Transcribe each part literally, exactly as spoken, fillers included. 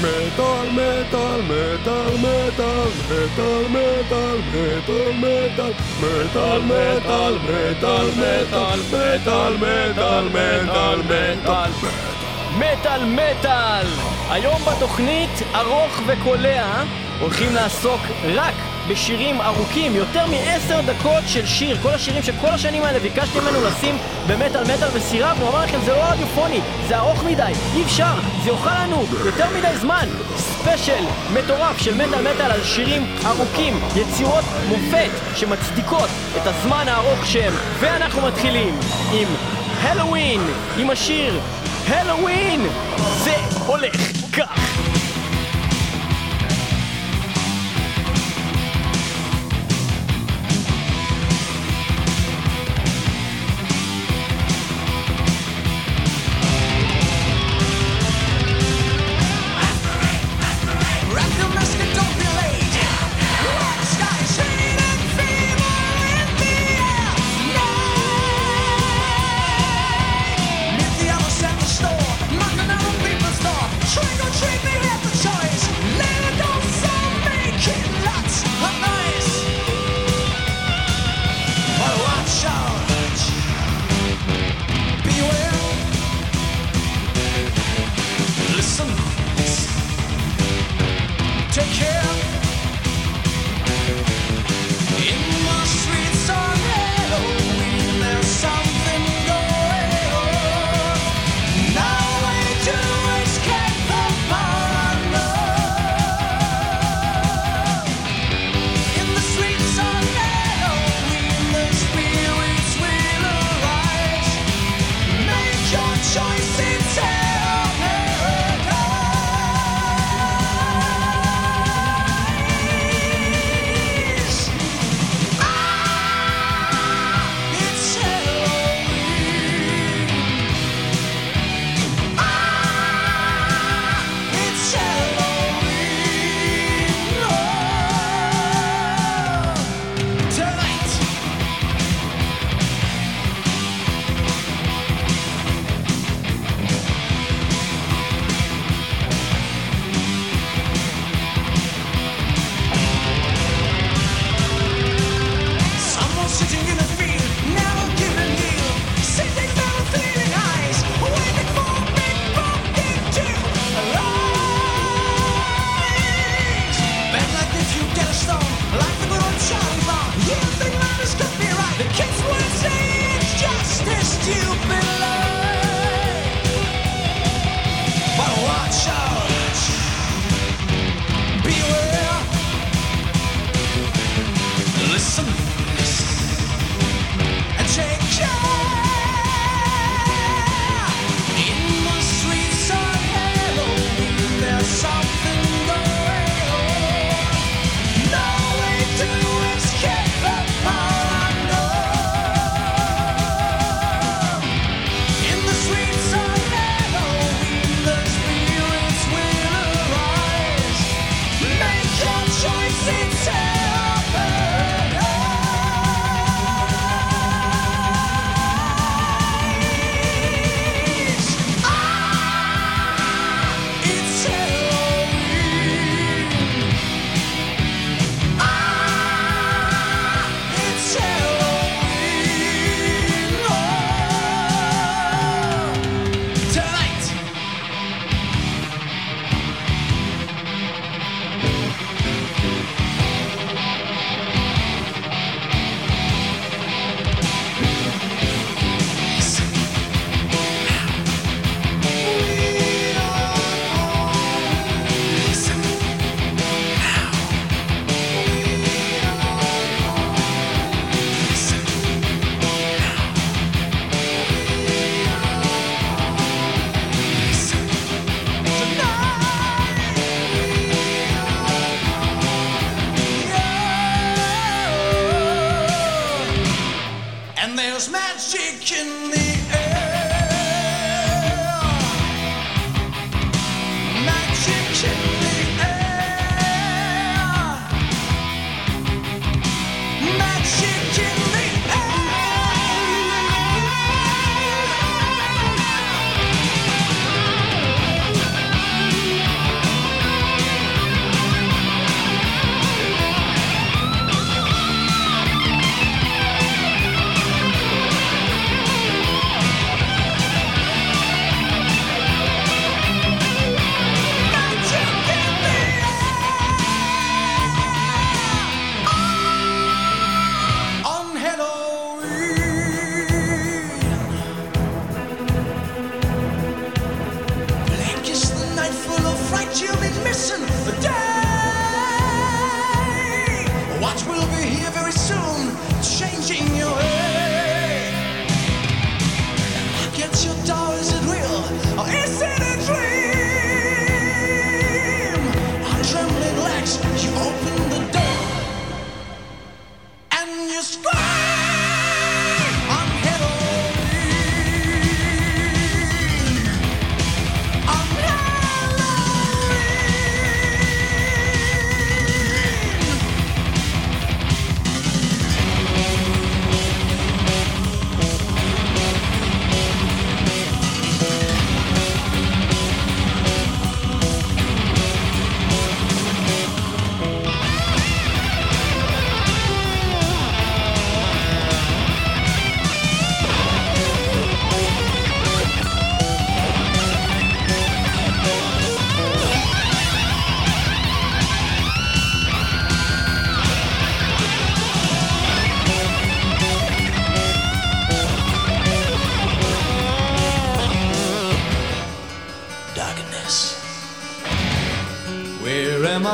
מטל מטל מטל מטל מטל מטל מטל מטל מטל מטל מטל מטל מטל מטל מטל מטל מטל. היום בתוכנית ארוך וקולע הולכים לעסוק רק בשירים ארוכים, יותר מעשר דקות של שיר. כל השירים שכל השנים האלה ביקשתי ממנו לשים במטל מטל וסירבנו, אמר לכם זה לא רדיופוני, זה ארוך מדי, אי אפשר, זה יוכל לנו יותר מדי זמן. ספיישל מטורף של מטל מטל על שירים ארוכים, יצירות מופת שמצדיקות את הזמן הארוך שהם. ואנחנו מתחילים עם הלווין, עם השיר הלווין. זה הולך כך.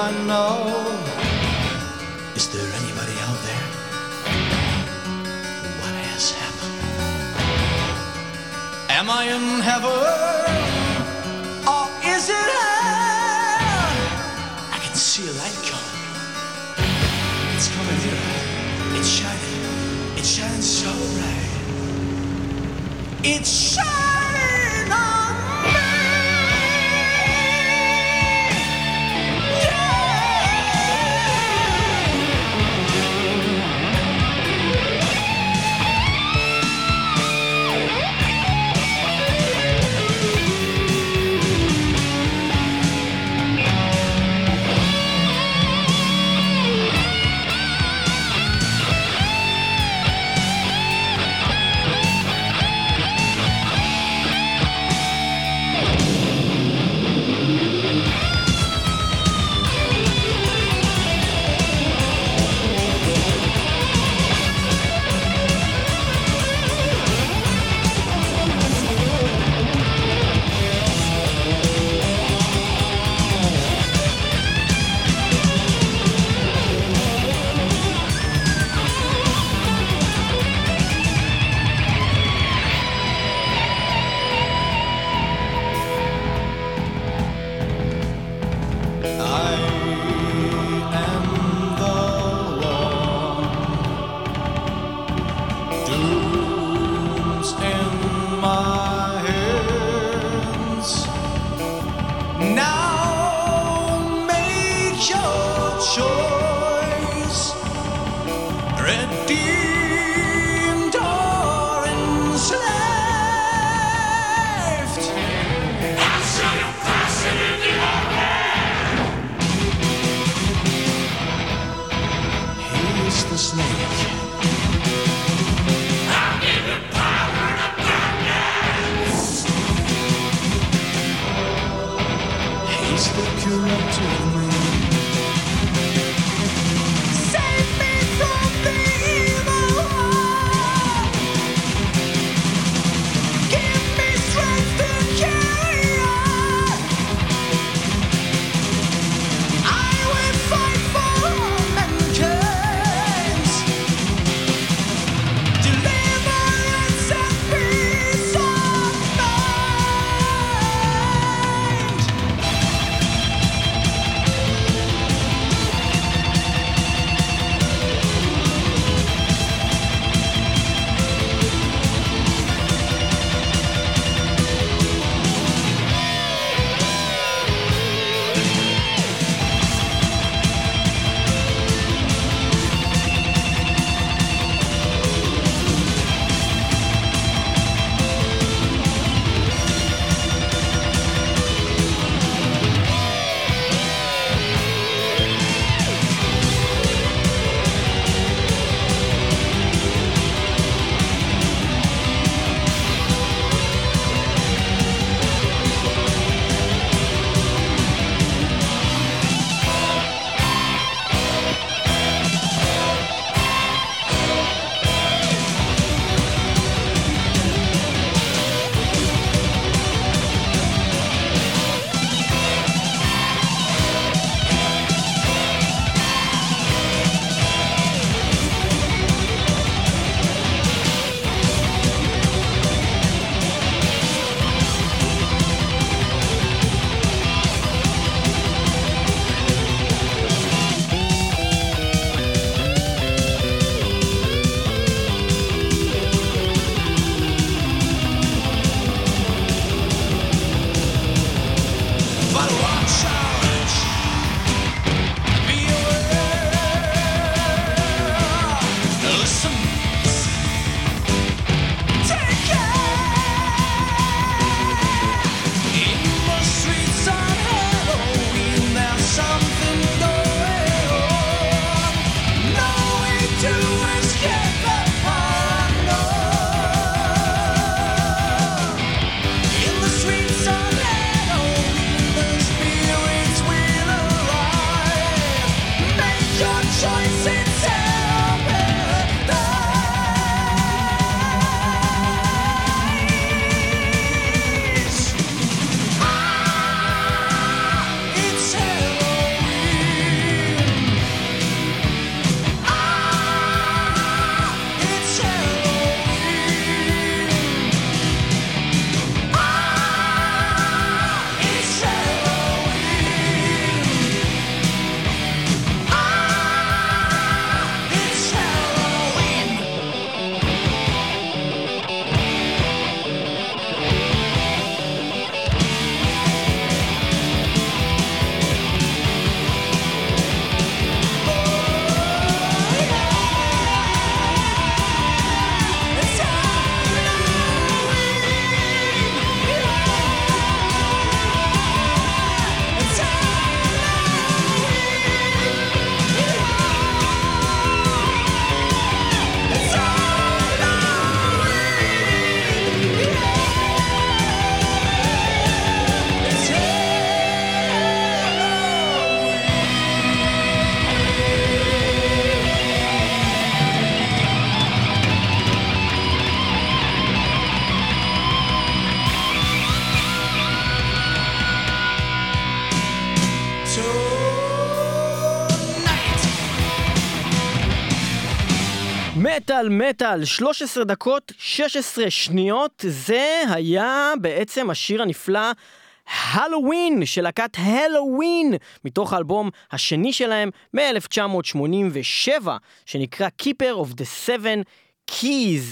I know. Is there anybody out there? What has happened? Am I in heaven? Or is it hell? I can see a light coming. It's coming here. It's shining. It's shining so bright. It's shining on me. I'll give you power and abundance. מטל מטל, שלוש עשרה דקות, שש עשרה שניות, זה היה בעצם השיר הנפלא הלווין של להקת הלווין, מתוך האלבום השני שלהם מ-אלף תשע מאות שמונים ושבע, שנקרא Keeper of the Seven Keys.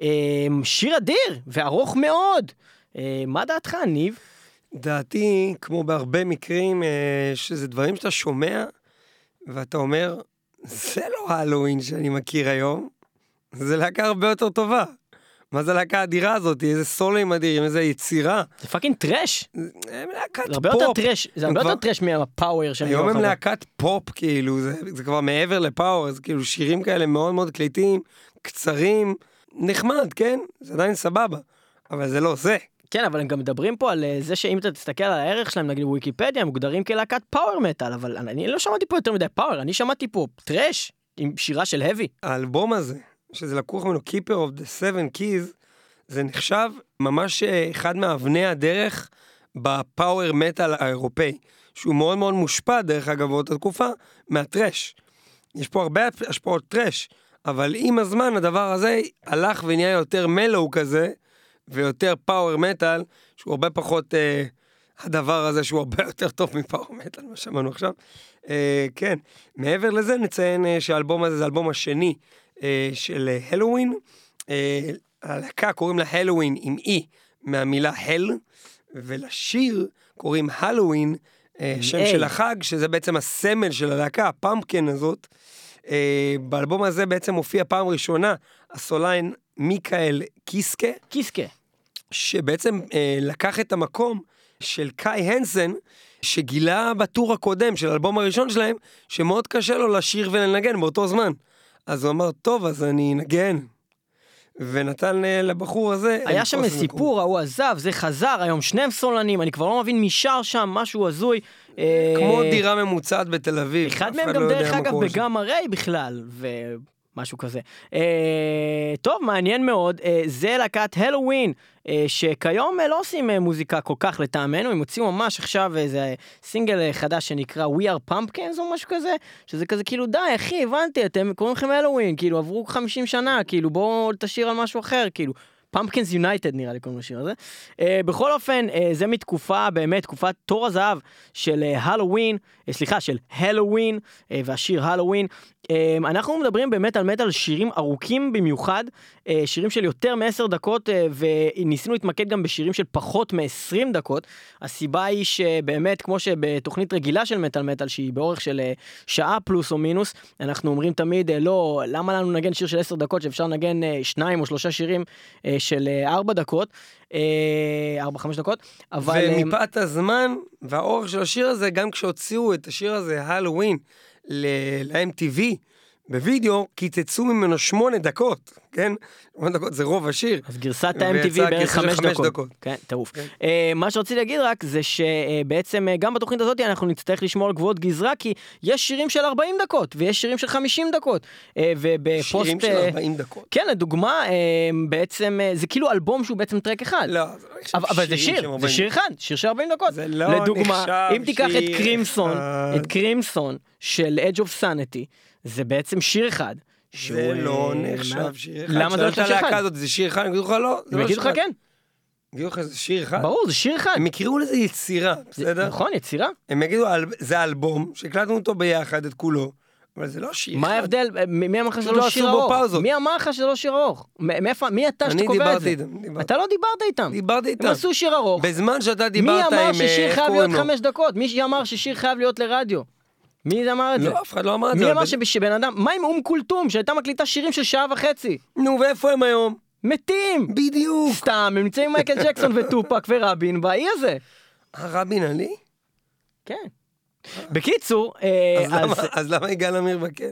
שיר אדיר וארוך מאוד. מה דעתך, ניב? דעתי, כמו בהרבה מקרים, שזה דברים שאתה שומע, ואתה אומר, זה לא הלווין שאני מכיר היום, זה להקה הרבה יותר טובה. מה זה להקה האדירה הזאת? איזה סולים אדירים, איזה יצירה. זה פאקינג טרש. הם להקת זה הרבה פופ. יותר טרש, זה הרבה יותר טרש מהפאוור שאני היום הם להקת פופ, כאילו, זה, זה כבר מעבר לפאוור, זה כאילו שירים כאלה מאוד מאוד קליטים, קצרים, נחמד, כן? זה עדיין סבבה, אבל זה לא זה. כן, אבל הם גם מדברים פה על זה שאם אתה תסתכל על הערך שלהם, נגיד בוויקיפדיה, הם מוגדרים כלהקת פאוור מטל, אבל אני לא שמעתי פה יותר מדי פאוור, אני שמעתי פה טרש עם שירה של heavy. האלבום הזה, שזה לקוח ממנו Keeper of the Seven Keys, זה נחשב ממש אחד מאבני הדרך בפאוור מטל האירופאי, שהוא מאוד מאוד מושפע, דרך אגב, באותה תקופה, מהטרש. יש פה הרבה השפעות טרש, אבל עם הזמן הדבר הזה הלך ונהיה יותר מלו כזה, ויותר פאוור מטל, שהוא הרבה פחות, אה, הדבר הזה שהוא הרבה יותר טוב מפאוור מטל, מה שמענו עכשיו. אה, כן, מעבר לזה נציין אה, שהאלבום הזה זה האלבום השני אה, של הלווין, אה, הלהקה קוראים לה הלווין עם אי מהמילה הל, ולשיר קוראים הלווין, אה, שם של החג, שזה בעצם הסמל של הלהקה, הפמפקן הזאת. אה, באלבום הזה בעצם מופיע פעם ראשונה הסוליין מיקאל קיסקה, קיסקה, שבעצם אה, לקח את המקום של קאי הנסן, שגילה בטור הקודם של האלבום הראשון שלהם, שמאוד קשה לו לשיר ולנגן באותו זמן. אז הוא אמר, טוב, אז אני נגן. ונתן אה, לבחור הזה... היה שם סיפור, הוא עזב, זה חזר, היום שניהם סולנים, אני כבר לא מבין מי שר שם, משהו הזוי. כמו דירה ממוצעת בתל אביב. אחד מהם גם דרך אגב בגאמה ריי בכלל, ו... משהו כזה. אה, טוב, מעניין מאוד. אה, זה להקת הלווין, אה, שכיום אה, לא עושים אה, מוזיקה כל כך לטעמנו, הם הוציאו ממש עכשיו איזה סינגל אה, חדש שנקרא We Are Pumpkins או משהו כזה, שזה כזה כאילו די אחי, הבנתי, אתם קוראים לכם הלווין, כאילו עברו חמישים שנה, כאילו בואו תשאיר על משהו אחר, כאילו. Pumpkins United נראה לי קוראים לשיר הזה. Uh, בכל אופן, uh, זה מתקופה, באמת, תקופת תור הזהב של הלווין, uh, סליחה, של הלווין, uh, והשיר הלווין. Uh, אנחנו מדברים באמת על מטל שירים ארוכים במיוחד, uh, שירים של יותר מ-עשר דקות, uh, וניסינו להתמקד גם בשירים של פחות מ-עשרים דקות. הסיבה היא שבאמת, כמו שבתוכנית רגילה של מטל מטל, שהיא באורך של uh, שעה פלוס או מינוס, אנחנו אומרים תמיד, uh, לא, למה לנו נגן שיר של עשר דקות, שאפשר לנגן uh, שניים או שלושה שירים uh, של ארבע דקות, ארבע, חמש דקות, אבל... ומפאת הזמן והאורך של השיר הזה, גם כשהוציאו את השיר הזה, הלווין, ל-אם טי וי, בווידאו, קיצצו ממנו שמונה דקות, כן? שמונה דקות זה רוב השיר. אז גרסת ה-אם טי וי בערך חמש דקות. כן, טרוף. מה שרציתי להגיד רק, זה שבעצם גם בתוכנית הזאת אנחנו נצטרך לשמור על גבוהות גזרה, כי יש שירים של ארבעים דקות, ויש שירים של חמישים דקות. שירים של ארבעים דקות. כן, לדוגמה, בעצם, זה כאילו אלבום שהוא בעצם טרק אחד. לא, אבל זה שיר, זה שיר אחד, שיר של ארבעים דקות. זה לא נחשב שיר אחד. אם תיקח את קרימסון, את קרימסון של Edge of Sanity, זה בעצם שיר אחד. זה לא נחשב שיר אחד. למה זה לא נחשב שיר אחד? זה שיר אחד, אני אגיד לך לא. הם יגידו לך כן. יגידו לך זה שיר אחד. ברור, זה שיר אחד. הם יקראו לזה יצירה, בסדר? נכון, יצירה. הם יגידו, זה אלבום, שהקלטנו אותו ביחד, את כולו, אבל זה לא שיר אחד. מה ההבדל? מי אמר לך שזה לא שיר ארוך? מי אמר לך שזה לא שיר ארוך? מי אתה שקובע את זה? אתה לא דיברת איתם. דיברתי איתם. הם עשו שיר ארוך. בזמן שאתה דיברת עם... מי אמר ששיר חייב להיות חמש דקות? מי אמר ששיר חייב להיות לרדיו? מי אמר את זה? לא, אף אחד לא אמר את זה. מי אמר שבן אדם, מה עם אום כולתום, שהייתה מקליטה שירים של שעה וחצי? נו, ואיפה הם היום? מתים! בדיוק! סתם, הם נמצאים עם מייקל ג'קסון וטופק ורבין באי הזה. הרבין עלי? כן. בקיצור, אז למה יגאל עמיר בכלא?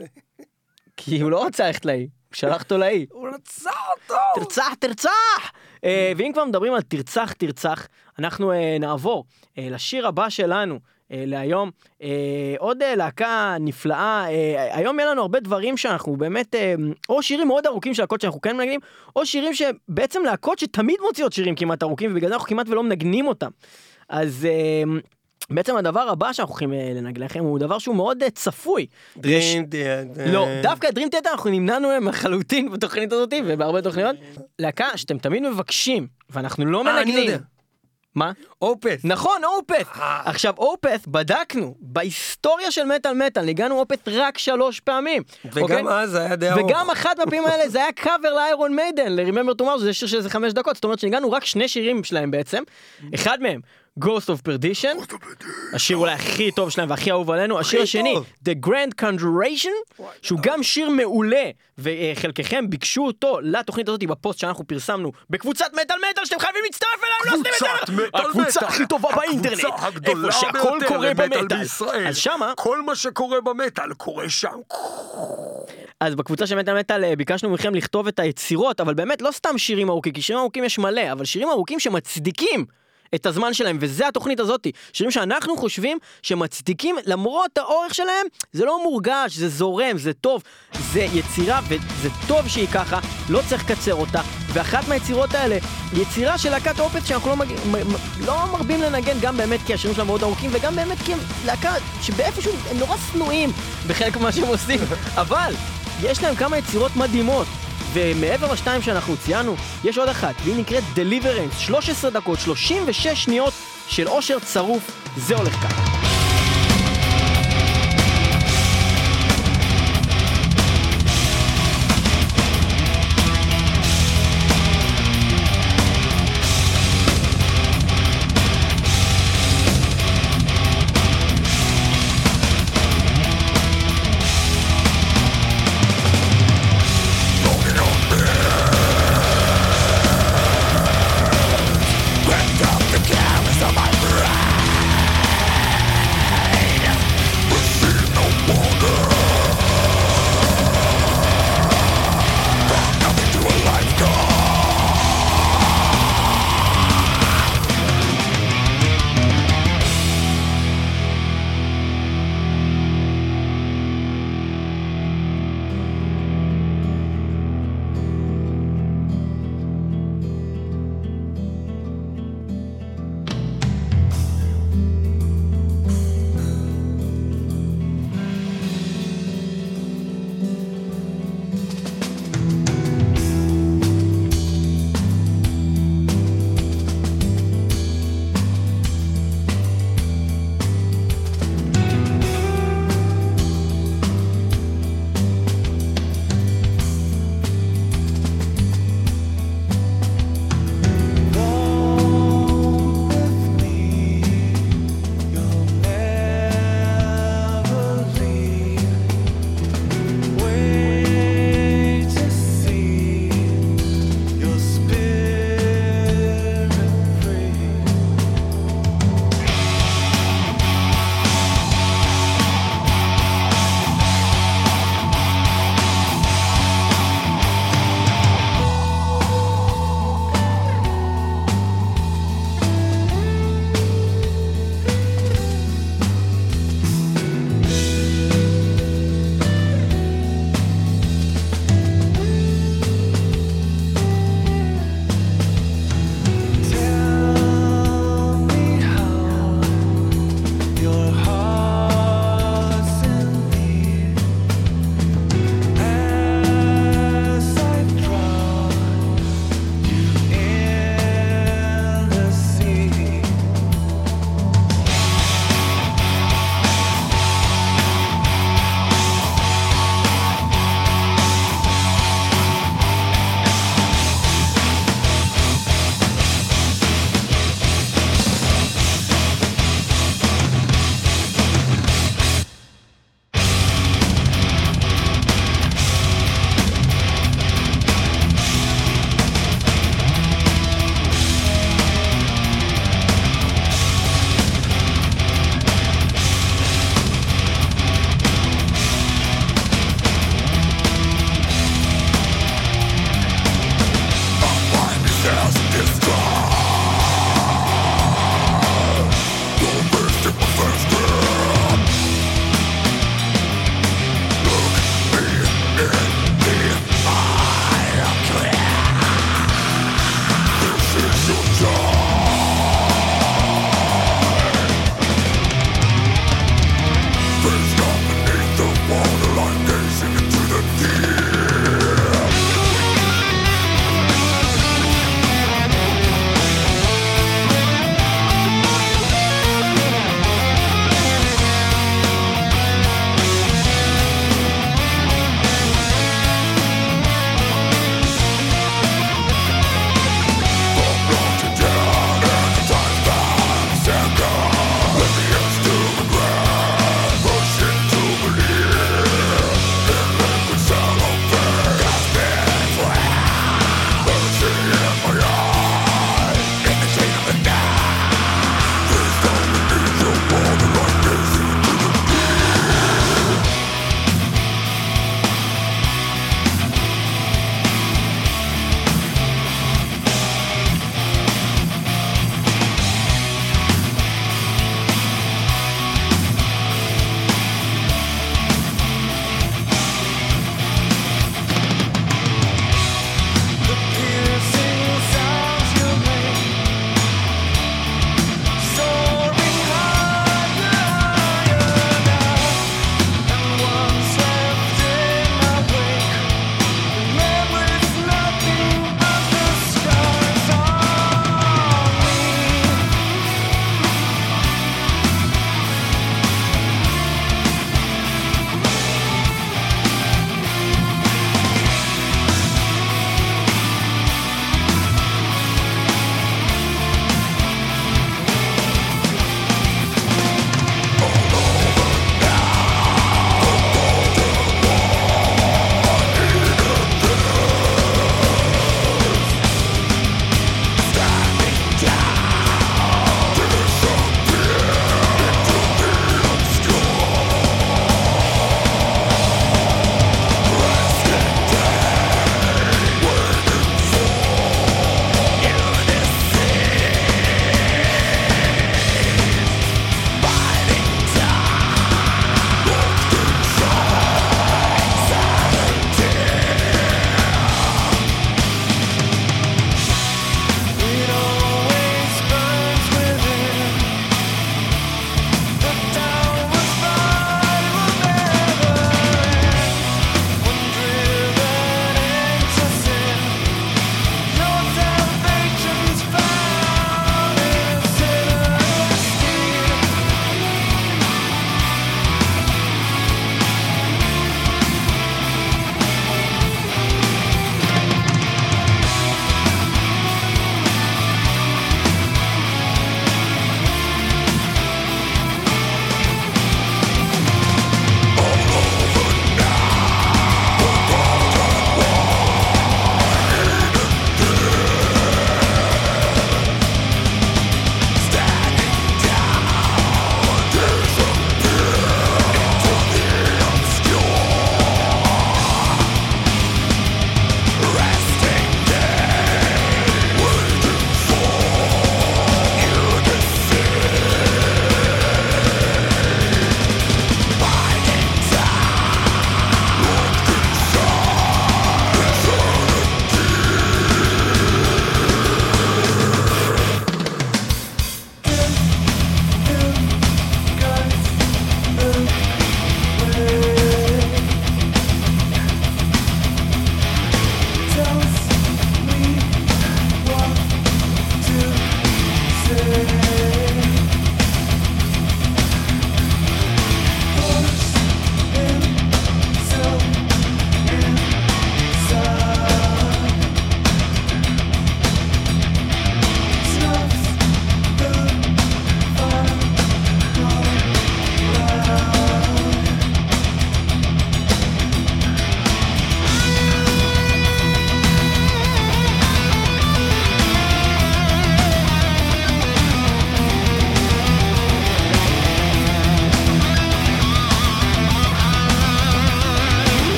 כי הוא לא רצה ללכת לאי, הוא שלח אותו לאי. הוא רצה אותו! תרצח, תרצח! ואם כבר מדברים על תרצח, תרצח, אנחנו נעבור לשיר הבא שלנו. להיום, עוד להקה נפלאה, היום יהיה לנו הרבה דברים שאנחנו באמת, או שירים מאוד ארוכים של להקות שאנחנו כן מנגנים, או שירים שבעצם להקות שתמיד מוציאות שירים כמעט ארוכים, ובגלל זה אנחנו כמעט ולא מנגנים אותם. אז בעצם הדבר הבא שאנחנו הולכים לנגן לכם הוא דבר שהוא מאוד צפוי. Dream Theater. לא, דווקא Dream Theater אנחנו נמנענו מהם לחלוטין בתוכנית הזאת ובהרבה תוכניות. להקה שאתם תמיד מבקשים, ואנחנו לא מנגנים. מה? אופת. נכון, אופת. עכשיו, אופת, בדקנו, בהיסטוריה של מטל מטל, ניגענו אופת רק שלוש פעמים. וגם אז זה היה די ארוך. וגם אחת מהפעמים האלה, זה היה קאבר לאיירון מיידן, ל-Remember Tomorrow, זה שיר של איזה חמש דקות, זאת אומרת שניגענו רק שני שירים שלהם בעצם, אחד מהם, Ghost of Perdition, השיר אולי הכי טוב שלהם והכי אהוב עלינו, השיר השני, The Grand Conjuration, שהוא גם שיר מעולה, וחלקכם ביקשו אותו לתוכנית הזאת בפוסט שאנחנו פרסמנו בקבוצת מטל מטל, שאתם חייבים להצטרף אלינו, לא סתם את זה, הקבוצה הכי טובה באינטרנט, איפה שהכל קורה במטל, אז שמה, כל מה שקורה במטל קורה שם. אז בקבוצה של מטל מטל ביקשנו מכם לכתוב את היצירות, אבל באמת לא סתם שירים ארוכים, כי שירים ארוכים יש מלא, אבל שירים ארוכים שמצדיקים את הזמן שלהם, וזה התוכנית הזאת, שירים שאנחנו חושבים שמצדיקים, למרות האורך שלהם, זה לא מורגש, זה זורם, זה טוב, זה יצירה, וזה טוב שהיא ככה, לא צריך לקצר אותה, ואחת מהיצירות האלה, יצירה של להקת אופת, שאנחנו לא, מג... לא מרבים לנגן, גם באמת כי השירים שלהם מאוד ארוכים, וגם באמת כי הם להקה שבאיפשהו הם נורא שנואים בחלק ממה שהם עושים, אבל יש להם כמה יצירות מדהימות, ומעבר לשתיים שאנחנו ציינו, יש עוד אחת, והיא נקראת Deliverance, שלוש עשרה דקות, שלושים ושש שניות של אושר צרוף, זה הולך ככה.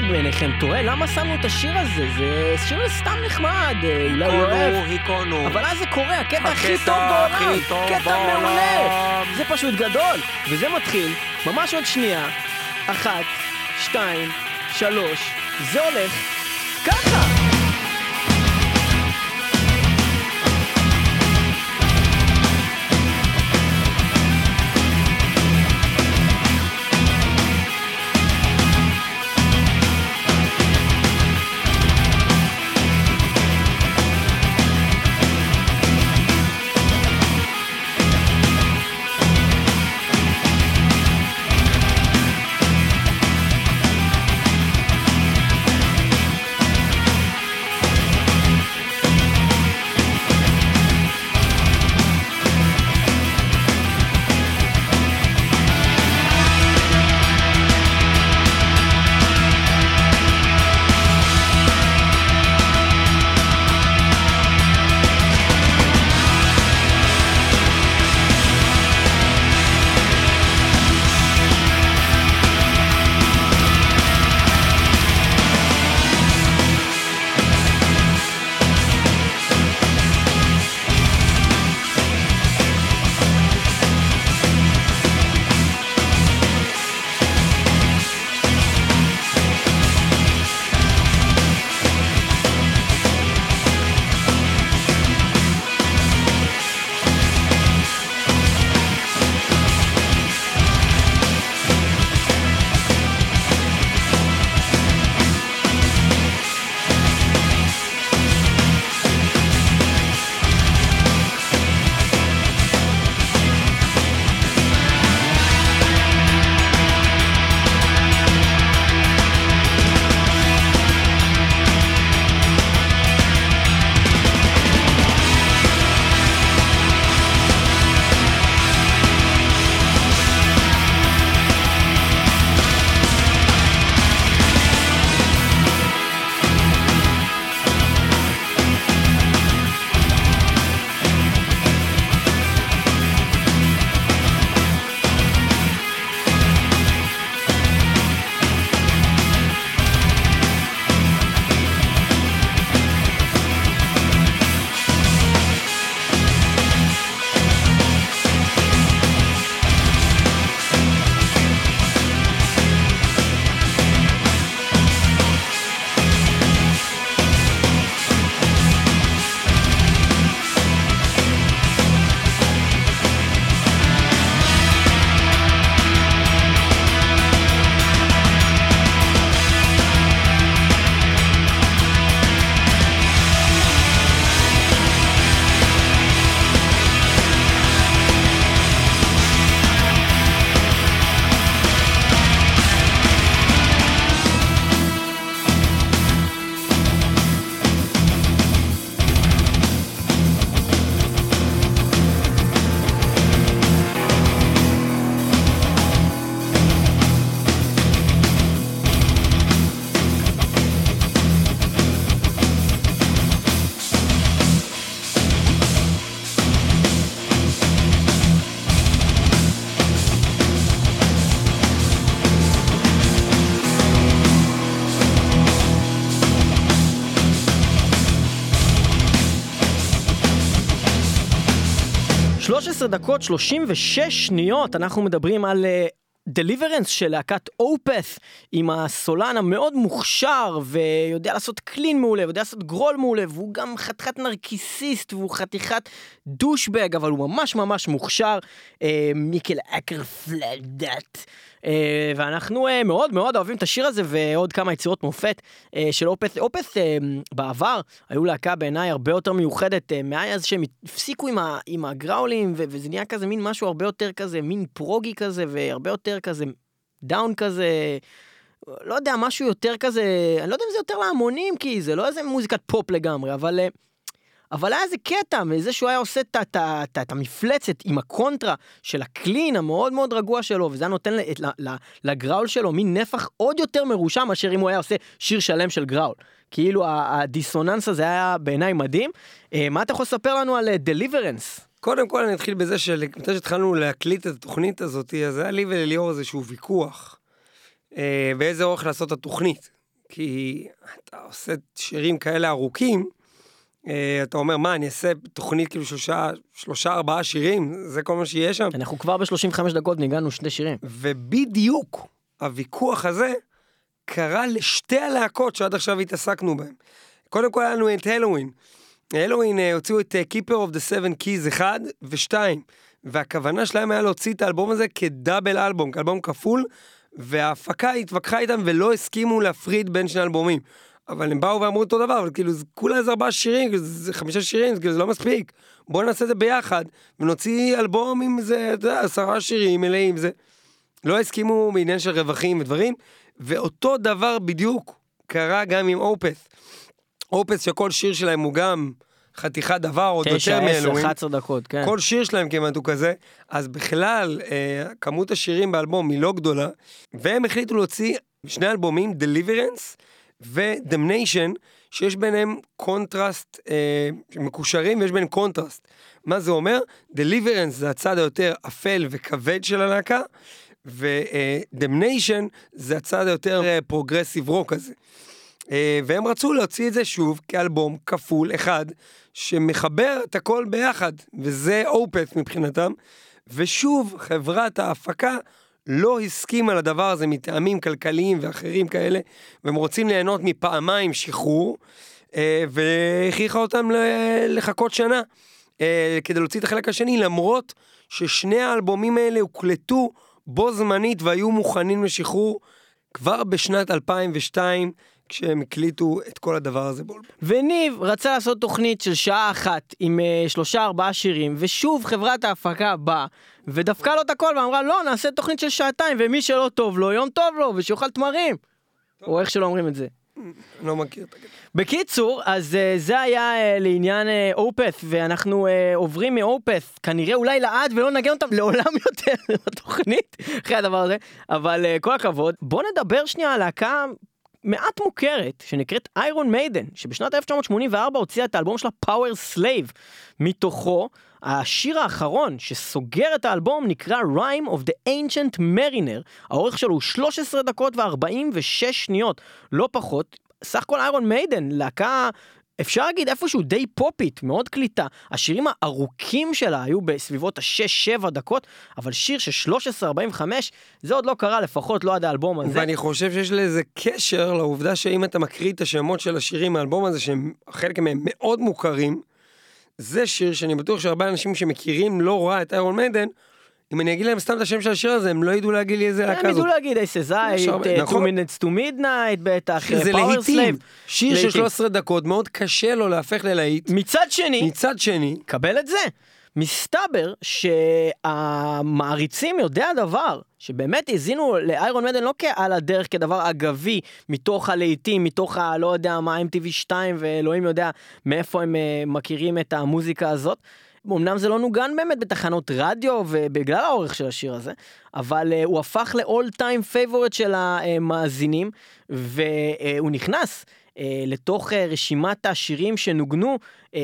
בעיניכם טועה, למה שמנו את השיר הזה? זה שיר סתם נחמד, אולי הוא אוהב. היקונו. אבל אז זה קורה, הקטע הכי הקטע טוב בעולם. הכי טוב קטע בעולם. מעולה. זה פשוט גדול. וזה מתחיל, ממש עוד שנייה. אחת, שתיים, שלוש. זה הולך ככה. שלוש עשרה דקות שלושים ושש שניות, אנחנו מדברים על uh, Deliverance של להקת אופת' עם הסולן המאוד מוכשר ויודע לעשות קלין מעולה, ויודע לעשות גרול מעולה, והוא גם חתיכת נרקיסיסט והוא חתיכת דושבג, אבל הוא ממש ממש מוכשר, uh, מיקל אקרפלד. Uh, ואנחנו uh, מאוד מאוד אוהבים את השיר הזה ועוד כמה יצירות מופת uh, של אופת'. אופת' uh, בעבר היו להקה בעיניי הרבה יותר מיוחדת, uh, מאז שהם הפסיקו עם, ה, עם הגראולים ו- וזה נהיה כזה מין משהו הרבה יותר כזה, מין פרוגי כזה והרבה יותר כזה דאון כזה, לא יודע, משהו יותר כזה, אני לא יודע אם זה יותר להמונים, כי זה לא איזה מוזיקת פופ לגמרי, אבל... Uh, אבל היה איזה קטע, מזה שהוא היה עושה את המפלצת עם הקונטרה של הקלין המאוד מאוד רגוע שלו, וזה נותן לגראול שלו מין נפח עוד יותר מרושע, מאשר אם הוא היה עושה שיר שלם של גראול. כאילו הדיסוננס הזה היה בעיניי מדהים. מה אתה יכול לספר לנו על Deliverance? קודם כל אני אתחיל בזה שמתי שהתחלנו להקליט את התוכנית הזאת, אז היה לי ולליאור איזשהו ויכוח, באיזה אורך לעשות את התוכנית. כי אתה עושה שירים כאלה ארוכים, אתה אומר, מה, אני אעשה תוכנית כאילו שלושה, שלושה, ארבעה שירים, זה כל מה שיהיה שם. אנחנו כבר ב-שלושים וחמש דקות ניגענו שני שירים. ובדיוק הוויכוח הזה קרה לשתי הלהקות שעד עכשיו התעסקנו בהם. קודם כל היה לנו את הלווין. הלווין הוציאו את Keeper of the Seven Keys אחד ושתיים, והכוונה שלהם היה להוציא את האלבום הזה כדאבל אלבום, כאלבום כפול, וההפקה התווכחה איתם ולא הסכימו להפריד בין שני אלבומים. אבל הם באו ואמרו אותו דבר, אבל כאילו, כולה זה ארבעה שירים, זה חמישה שירים, כאילו, זה לא מספיק. בואו נעשה את זה ביחד, ונוציא אלבום עם זה, אתה יודע, עשרה שירים מלאים, זה. לא הסכימו בעניין של רווחים ודברים, ואותו דבר בדיוק קרה גם עם אופס. אופס שכל שיר שלהם הוא גם חתיכת דבר, עוד יותר מאלוהים. תשע, עשר, אחת עשרה דקות, כן. כל שיר שלהם כמעט הוא כזה, אז בכלל, אה, כמות השירים באלבום היא לא גדולה, והם החליטו להוציא שני אלבומים, Deliverance, ו-Damnation, שיש ביניהם קונטרסט, אה, מקושרים ויש ביניהם קונטרסט. מה זה אומר? Deliverance זה הצד היותר אפל וכבד של הלהקה, ו-Damnation זה הצד היותר פרוגרסיב רוק הזה. אה, והם רצו להוציא את זה שוב כאלבום כפול אחד, שמחבר את הכל ביחד, וזה אופס מבחינתם, ושוב חברת ההפקה, לא הסכים על הדבר הזה מטעמים כלכליים ואחרים כאלה, והם רוצים ליהנות מפעמיים שחרור, והכריחה אותם לחכות שנה, כדי להוציא את החלק השני, למרות ששני האלבומים האלה הוקלטו בו זמנית, והיו מוכנים לשחרור כבר בשנת אלפיים ושתיים, כשהם הקליטו את כל הדבר הזה בולבול. וניב רצה לעשות תוכנית של שעה אחת עם uh, שלושה ארבעה שירים, ושוב חברת ההפקה באה, ודפקה לו את הכל ואמרה, לא, נעשה תוכנית של שעתיים, ומי שלא טוב לו, יום טוב לו, ושיוכל תמרים. או איך שלא אומרים את זה. לא מכיר את הקטע. בקיצור, אז uh, זה היה uh, לעניין uh, אופס, ואנחנו uh, עוברים מאופס, כנראה אולי לעד, ולא נגן אותם לעולם יותר בתוכנית, אחרי הדבר הזה, אבל uh, כל הכבוד. בוא נדבר שנייה על להקה מעט מוכרת, שנקראת איירון מיידן, שבשנת אלף תשע מאות שמונים וארבע הוציאה את האלבום שלה Power Slave. מתוכו, השיר האחרון שסוגר את האלבום נקרא Rime of the Ancient Mariner. האורך שלו הוא שלוש עשרה דקות ו-ארבעים ושש שניות, לא פחות. סך כל איירון מיידן, להקה, אפשר להגיד איפשהו די פופית, מאוד קליטה. השירים הארוכים שלה היו בסביבות ה-שש שבע דקות, אבל שיר של שלוש עשרה ארבעים וחמש, זה עוד לא קרה, לפחות לא עד האלבום הזה. ואני חושב שיש לזה קשר לעובדה שאם אתה מקריא את השמות של השירים מהאלבום הזה, שהם חלק מהם מאוד מוכרים, זה שיר שאני בטוח שהרבה אנשים שמכירים לא ראה את איירון מיידן, אם אני אגיד להם סתם את השם של השיר הזה, הם לא ידעו להגיד לי איזה להקה הזאת. הם ידעו להגיד, איזה זית, Two Minutes to Midnight, בטח, זה להיטים. שיר של שלוש עשרה דקות, מאוד קשה לו להפך ללהיט. מצד שני, מצד שני, קבל את זה. מסתבר שהמעריצים יודע דבר, שבאמת הזינו לאיירון מיידן לא כעל הדרך, כדבר אגבי, מתוך הלהיטים, מתוך ה, לא יודע מה, אם טי וי שתיים, ואלוהים יודע מאיפה הם מכירים את המוזיקה הזאת. אמנם זה לא נוגן באמת בתחנות רדיו ובגלל האורך של השיר הזה, אבל uh, הוא הפך ל-all time favorite של המאזינים, והוא נכנס uh, לתוך uh, רשימת השירים שנוגנו uh,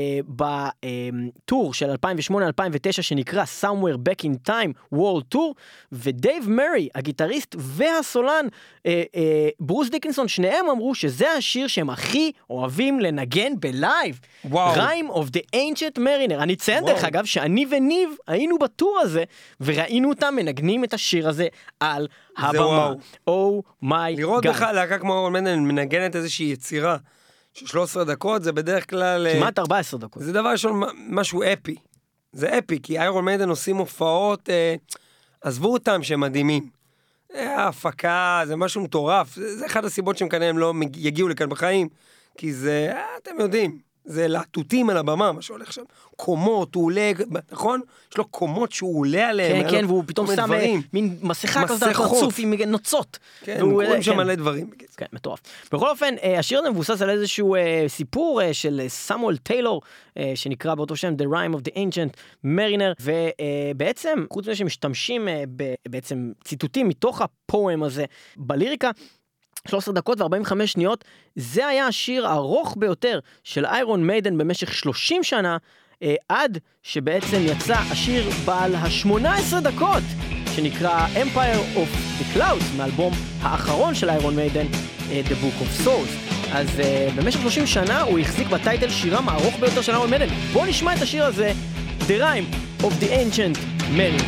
בטור של אלפיים ושמונה אלפיים ותשע שנקרא Somewhere Back in Time World Tour, ודייב מרי, הגיטריסט והסולן, uh, uh, ברוס דיקנסון, שניהם אמרו שזה השיר שהם הכי אוהבים לנגן בלייב. וואו. Rime of the Ancient Mariner. אני ציין דרך אגב שאני וניב היינו בטור הזה, וראינו אותם מנגנים את השיר הזה על הבמה. Oh my God. לראות בכלל להקה כמו איירון מיידן מנגנת איזושהי יצירה של שלוש עשרה דקות, זה בדרך כלל כמעט ארבע עשרה דקות. זה דבר ראשון משהו אפי. זה אפי, כי איירון מיידן עושים הופעות, אה, עזבו אותם שהם מדהימים. ההפקה, זה משהו מטורף. זה, זה אחד הסיבות שהם כנראה הם לא יגיעו לכאן בחיים, כי זה, אה, אתם יודעים, זה להטוטים על הבמה, מה שהולך שם. קומות, הוא עולה, נכון? יש לו קומות שהוא עולה עליהם. כן, כן, והוא פתאום שם מין מסכה כזאת על פרצוף עם נוצות. כן, הוא קוראים שם מלא דברים. כן, מטורף. בכל אופן, השיר הזה מבוסס על איזשהו סיפור של סמואל טיילור, שנקרא באותו שם The Rime of the Ancient Mariner, ובעצם, חוץ מזה שמשתמשים בעצם ציטוטים מתוך הפואם הזה בליריקה, שלוש עשרה דקות ו-ארבעים וחמש שניות, זה היה השיר הארוך ביותר של איירון מיידן במשך שלושים שנה, אה, עד שבעצם יצא השיר בעל ה-שמונה עשרה דקות, שנקרא Empire of the Clouds, מאלבום האחרון של איירון מיידן, The Book of Souls. אז uh, במשך שלושים שנה הוא החזיק בטייטל שירם הארוך ביותר של איירון מיידן. בואו נשמע את השיר הזה, The Rime of the Ancient Mariner.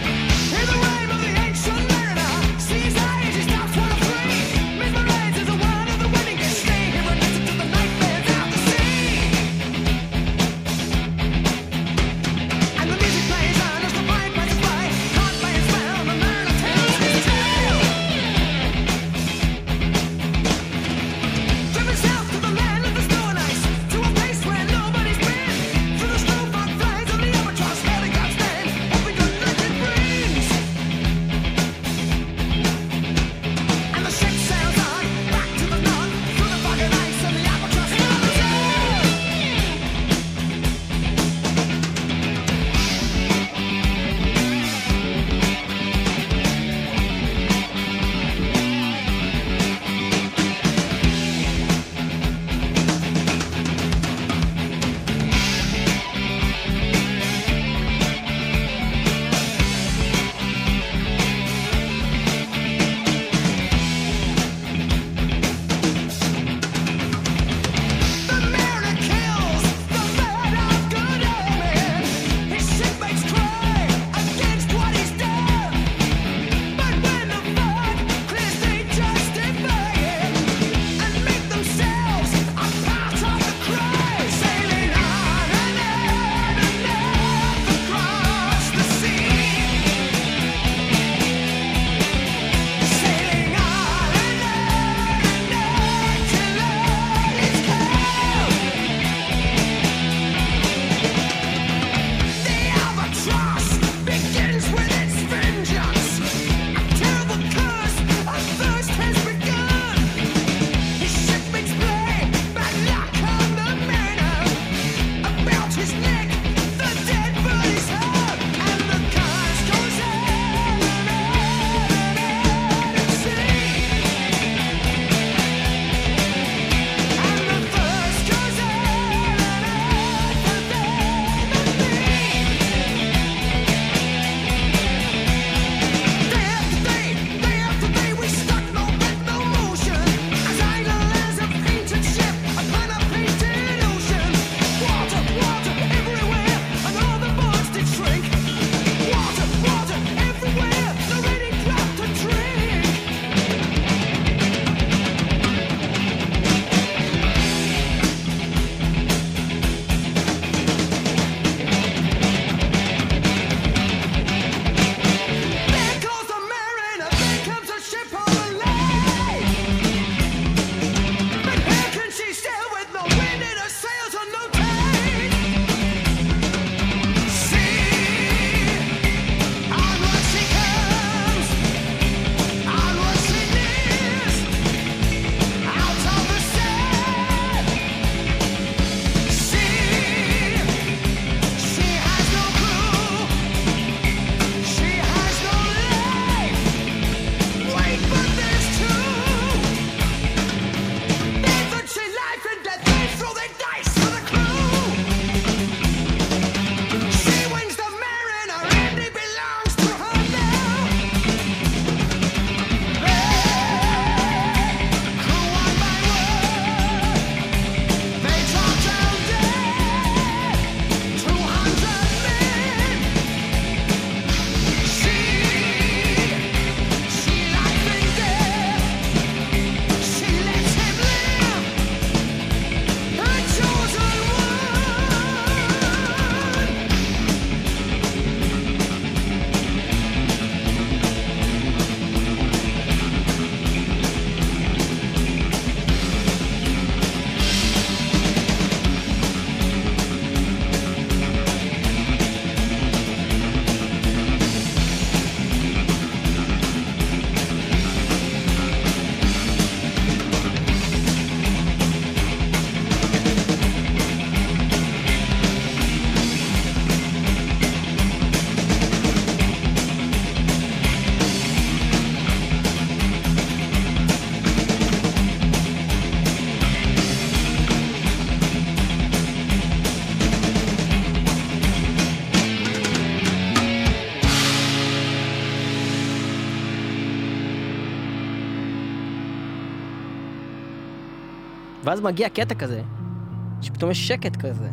ואז מגיע קטע כזה, שפתאום יש שקט כזה,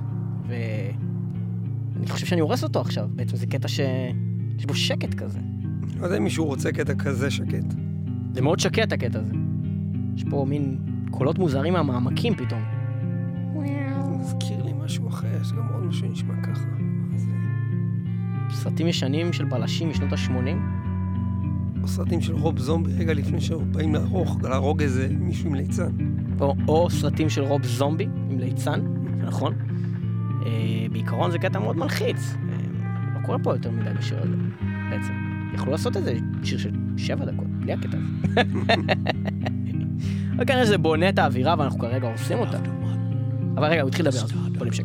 ואני חושב שאני הורס אותו עכשיו, בעצם זה קטע שיש בו שקט כזה. לא יודע אם מישהו רוצה קטע כזה שקט. זה מאוד שקט הקטע הזה. יש פה מין קולות מוזרים מהמעמקים פתאום. זה מזכיר לי משהו אחר, יש גם עוד משהו נשמע ככה. סרטים ישנים של בלשים משנות ה-שמונים. או סרטים של רוב זומבי רגע לפני שבאים להרוג, להרוג איזה מישהו עם ליצן. או, או סרטים של רוב זומבי עם ליצן, זה נכון. אה, בעיקרון זה קטע מאוד מלחיץ. אה, לא קורה פה יותר מדי בשיר הזה, בעצם. יכלו לעשות איזה שיר של שבע דקות, בלי הקטע הזה. וכנראה שזה בונה את האווירה ואנחנו כרגע עושים אותה. אבל רגע, הוא התחיל לדבר, אז בוא נמשק.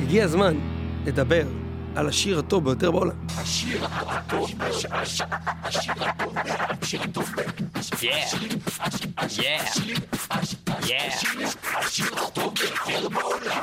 הגיע הזמן לדבר על השיר הטוב ביותר בעולם. השיר הטוב, השיר הטוב, השיר הטוב, השיר הטוב ביותר בעולם.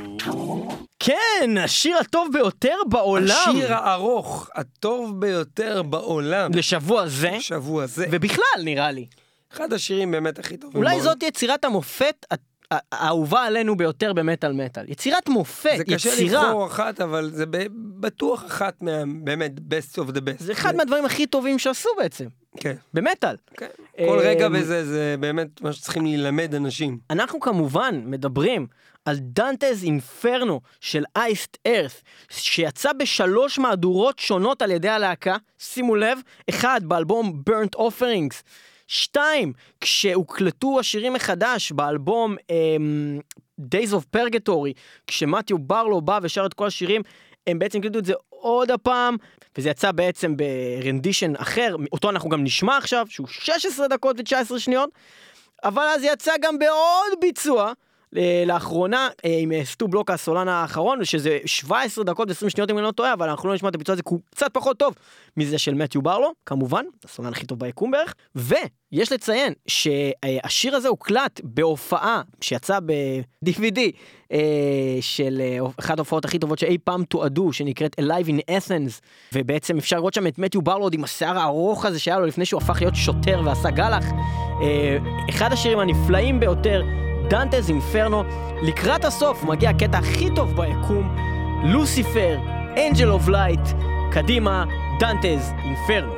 כן, השיר הטוב ביותר בעולם. השיר הארוך, הטוב ביותר בעולם. לשבוע זה. שבוע זה. ובכלל, נראה לי. אחד השירים באמת הכי טובים. אולי זאת יצירת המופת האהובה עלינו ביותר במטל מטל. יצירת מופת, זה קשה יצירה. לבחור אחת, אבל זה בטוח אחת מה, באמת, best of the best. זה אחד מהדברים הכי טובים שעשו בעצם. כן. במטל. כן. כל רגע בזה, זה באמת מה שצריכים ללמד אנשים. אנחנו כמובן מדברים על דנטז אינפרנו של אייסט ארת, שיצא בשלוש מהדורות שונות על ידי הלהקה. שימו לב, אחד באלבום Burnt Offerings, שתיים, כשהוקלטו השירים מחדש באלבום um, Days of Purgatory, כשמתיו ברלו בא ושר את כל השירים, הם בעצם הקלטו את זה עוד הפעם, וזה יצא בעצם ברנדישן אחר, אותו אנחנו גם נשמע עכשיו, שהוא שש עשרה דקות ו-תשע עשרה שניות, אבל אז יצא גם בעוד ביצוע, לאחרונה, עם סטו בלוק הסולן האחרון, שזה שבע עשרה דקות ו-עשרים שניות אם אני לא טועה, אבל אנחנו לא נשמע את הביצוע הזה, כי הוא קצת פחות טוב מזה של מתיו ברלו, כמובן, הסולן הכי טוב ביקום בערך, ויש לציין שהשיר הזה הוקלט בהופעה שיצא ב-די וי די של אחת ההופעות הכי טובות שאי פעם תועדו, שנקראת Alive in Athens, ובעצם אפשר לראות שם את מתיו ברלו עוד עם השיער הארוך הזה שהיה לו לפני שהוא הפך להיות שוטר ועשה גלח. אחד השירים הנפלאים ביותר, דנטז אינפרנו. לקראת הסוף מגיע הקטע הכי טוב ביקום, לוסיפר, אנג'ל אוף לייט. קדימה, דנטז אינפרנו.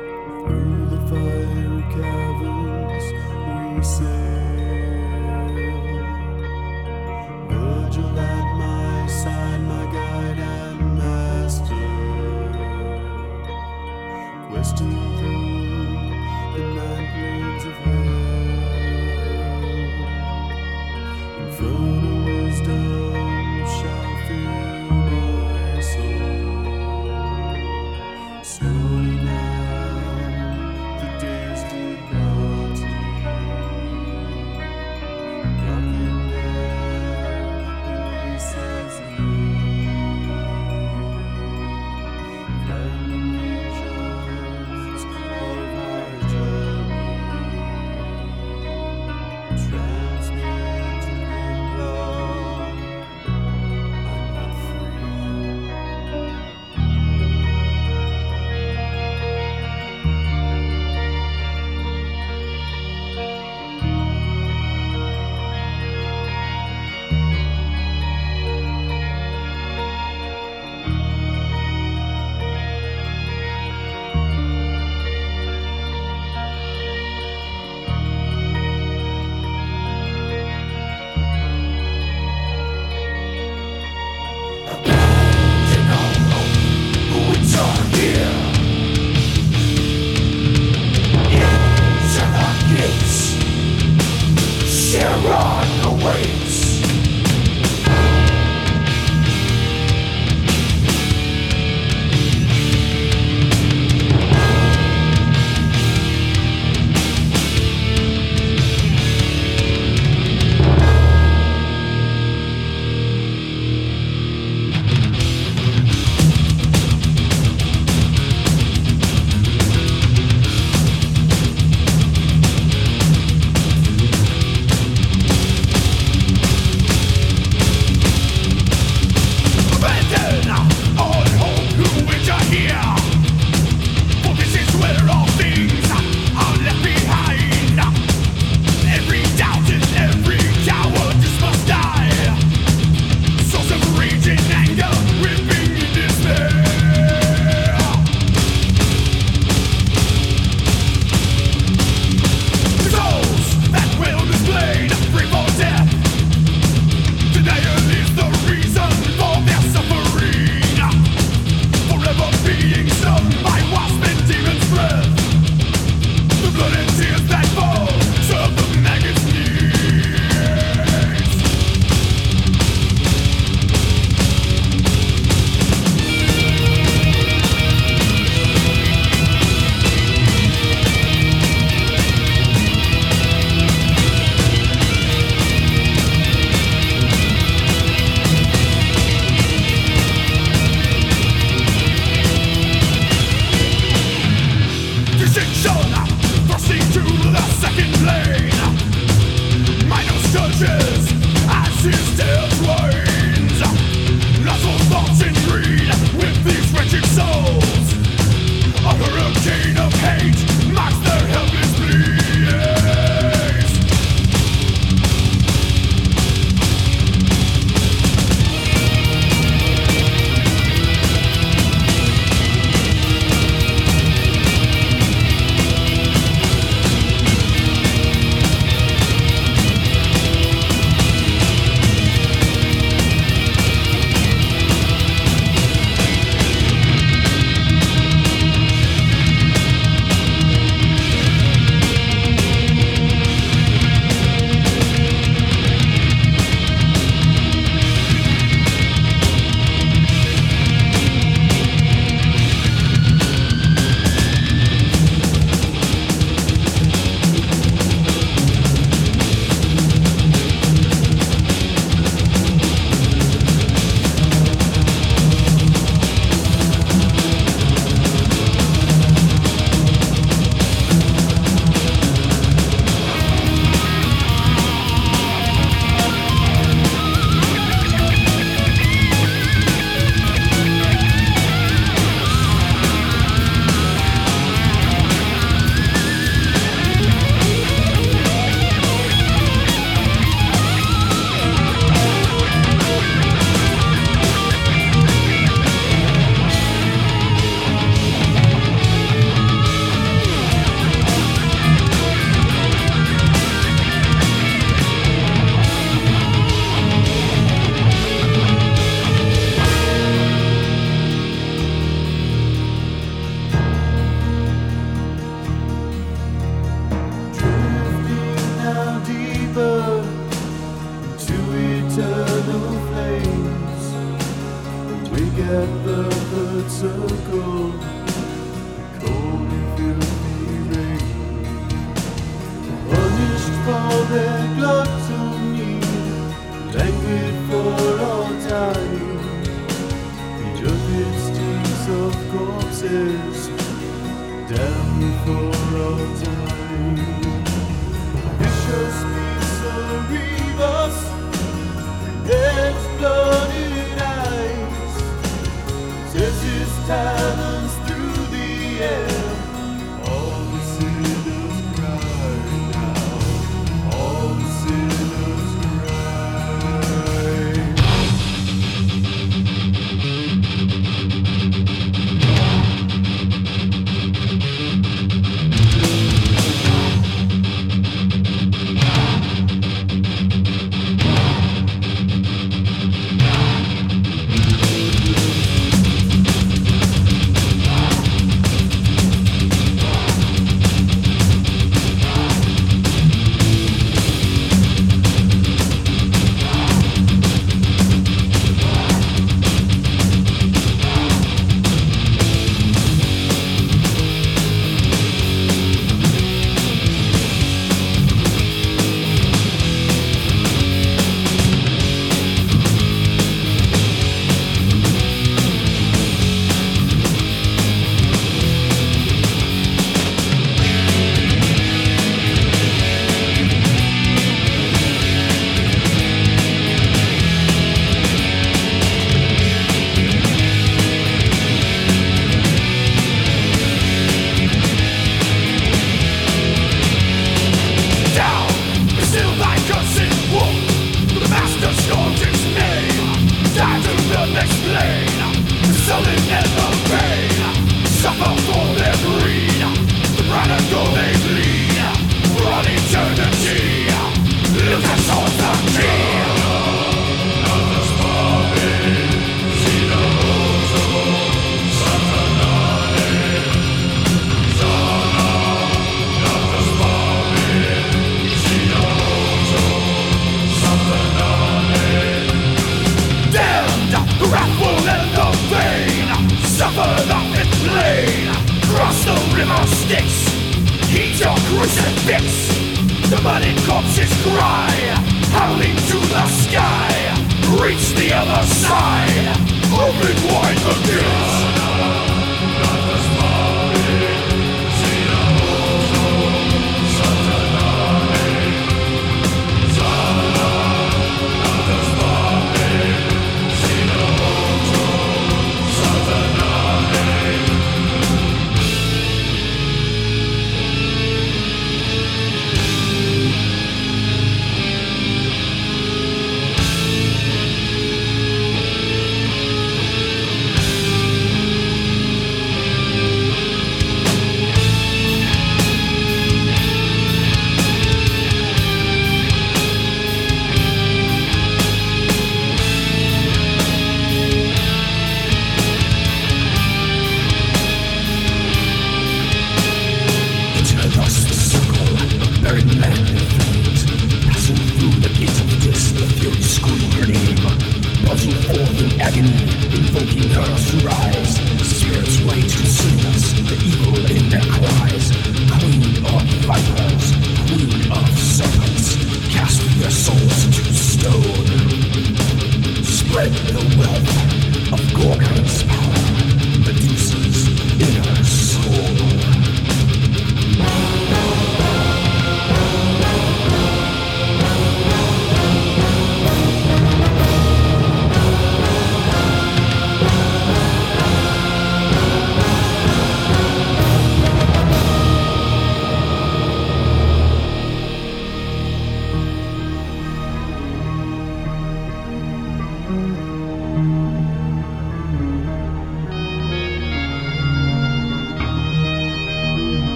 at the third circle, the cold and filthy rain, punished for their gluttony, languid for all time. The earth it stinks of corpses, damned for all time. Vicious beasts of Rebus, heads blooded eyes, says his talons through the air. All the sinners cry now, all the sinners cry.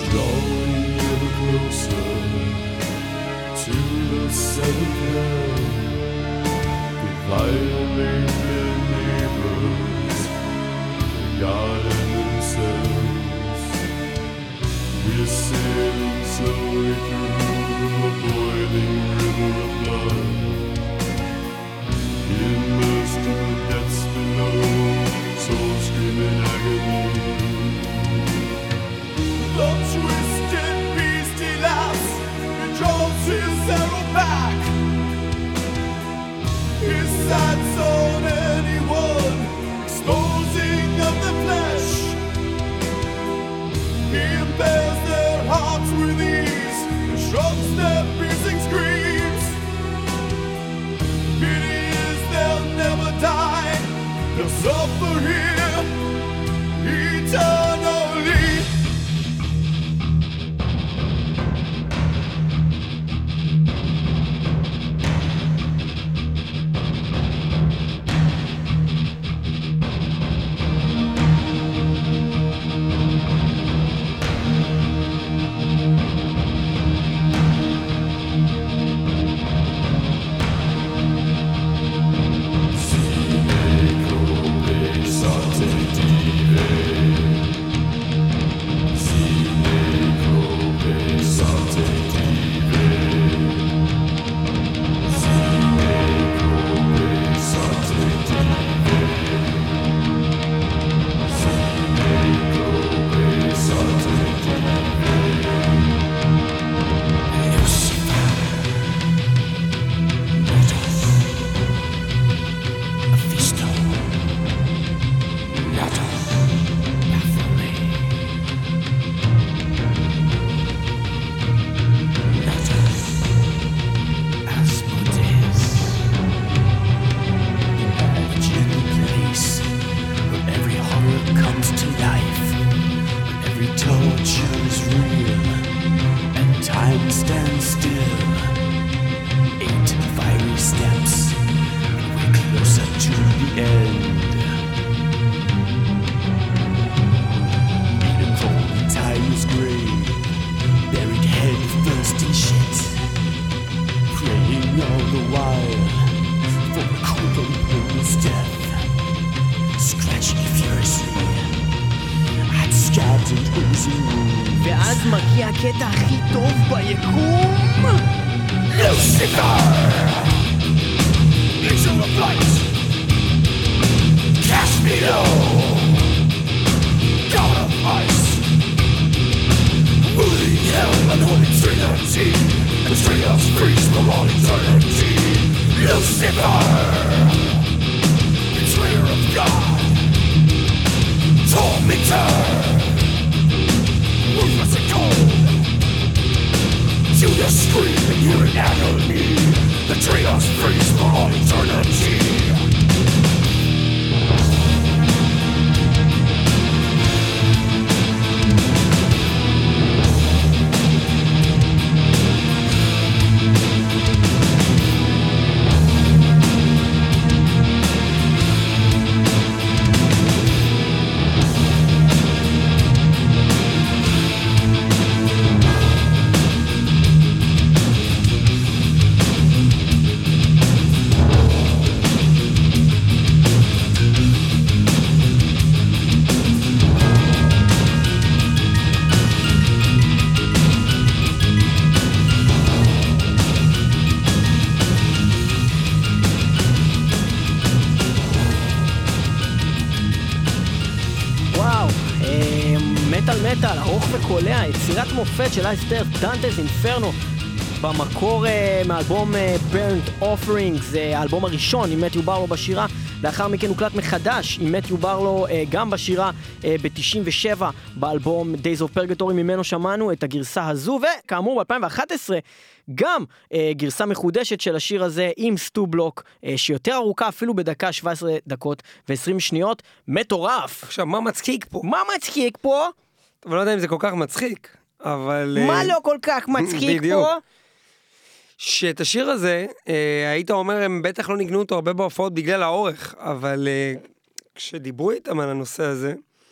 drawing ever closer to the seventh heaven, violating their neighbors, God and themselves. We're sailing slowly through a boiling river of blood, immersed in the depths below, souls screaming agony. The twisted beast he laughs, he draws his arrow back. His sights on anyone, exposing of the flesh. He impairs their hearts with ease, and shrugs their piercing screams. Pity is they'll never die, they'll suffer here eternally. ואז מגיע הקטע הכי טוב ביקום. Lucifer, angel of light, cast me low, God of ice, ruling hell, unholy trinity, and betray us, freeze for all eternity. Lucifer, betrayer of God, tormentor, ruthless and cold. Judas screaming here in agony, betray us, freeze for all eternity. מטל, ארוך וקולע, יצירת מופת של אייסטר, דנטס אינפרנו, במקור uh, מאלבום uh, Burnt Offerings, זה האלבום הראשון עם מתיו ברלו בשירה, לאחר מכן הוקלט מחדש עם מתיו ברלו uh, גם בשירה uh, ב-תשעים ושבע באלבום Days of Purgatory, ממנו שמענו את הגרסה הזו, וכאמור ב-אלפיים ואחת עשרה גם uh, גרסה מחודשת של השיר הזה עם סטו בלוק, uh, שיותר ארוכה אפילו בדקה שבע עשרה דקות ו-עשרים שניות, מטורף. עכשיו, מה מצחיק פה? מה מצחיק פה? אבל לא יודע אם זה כל כך מצחיק, אבל... מה לא כל כך מצחיק פה? שאת השיר הזה, אה, היית אומר, הם בטח לא ניגנו אותו הרבה בהופעות בגלל האורך, אבל אה, כשדיברו איתם על הנושא הזה,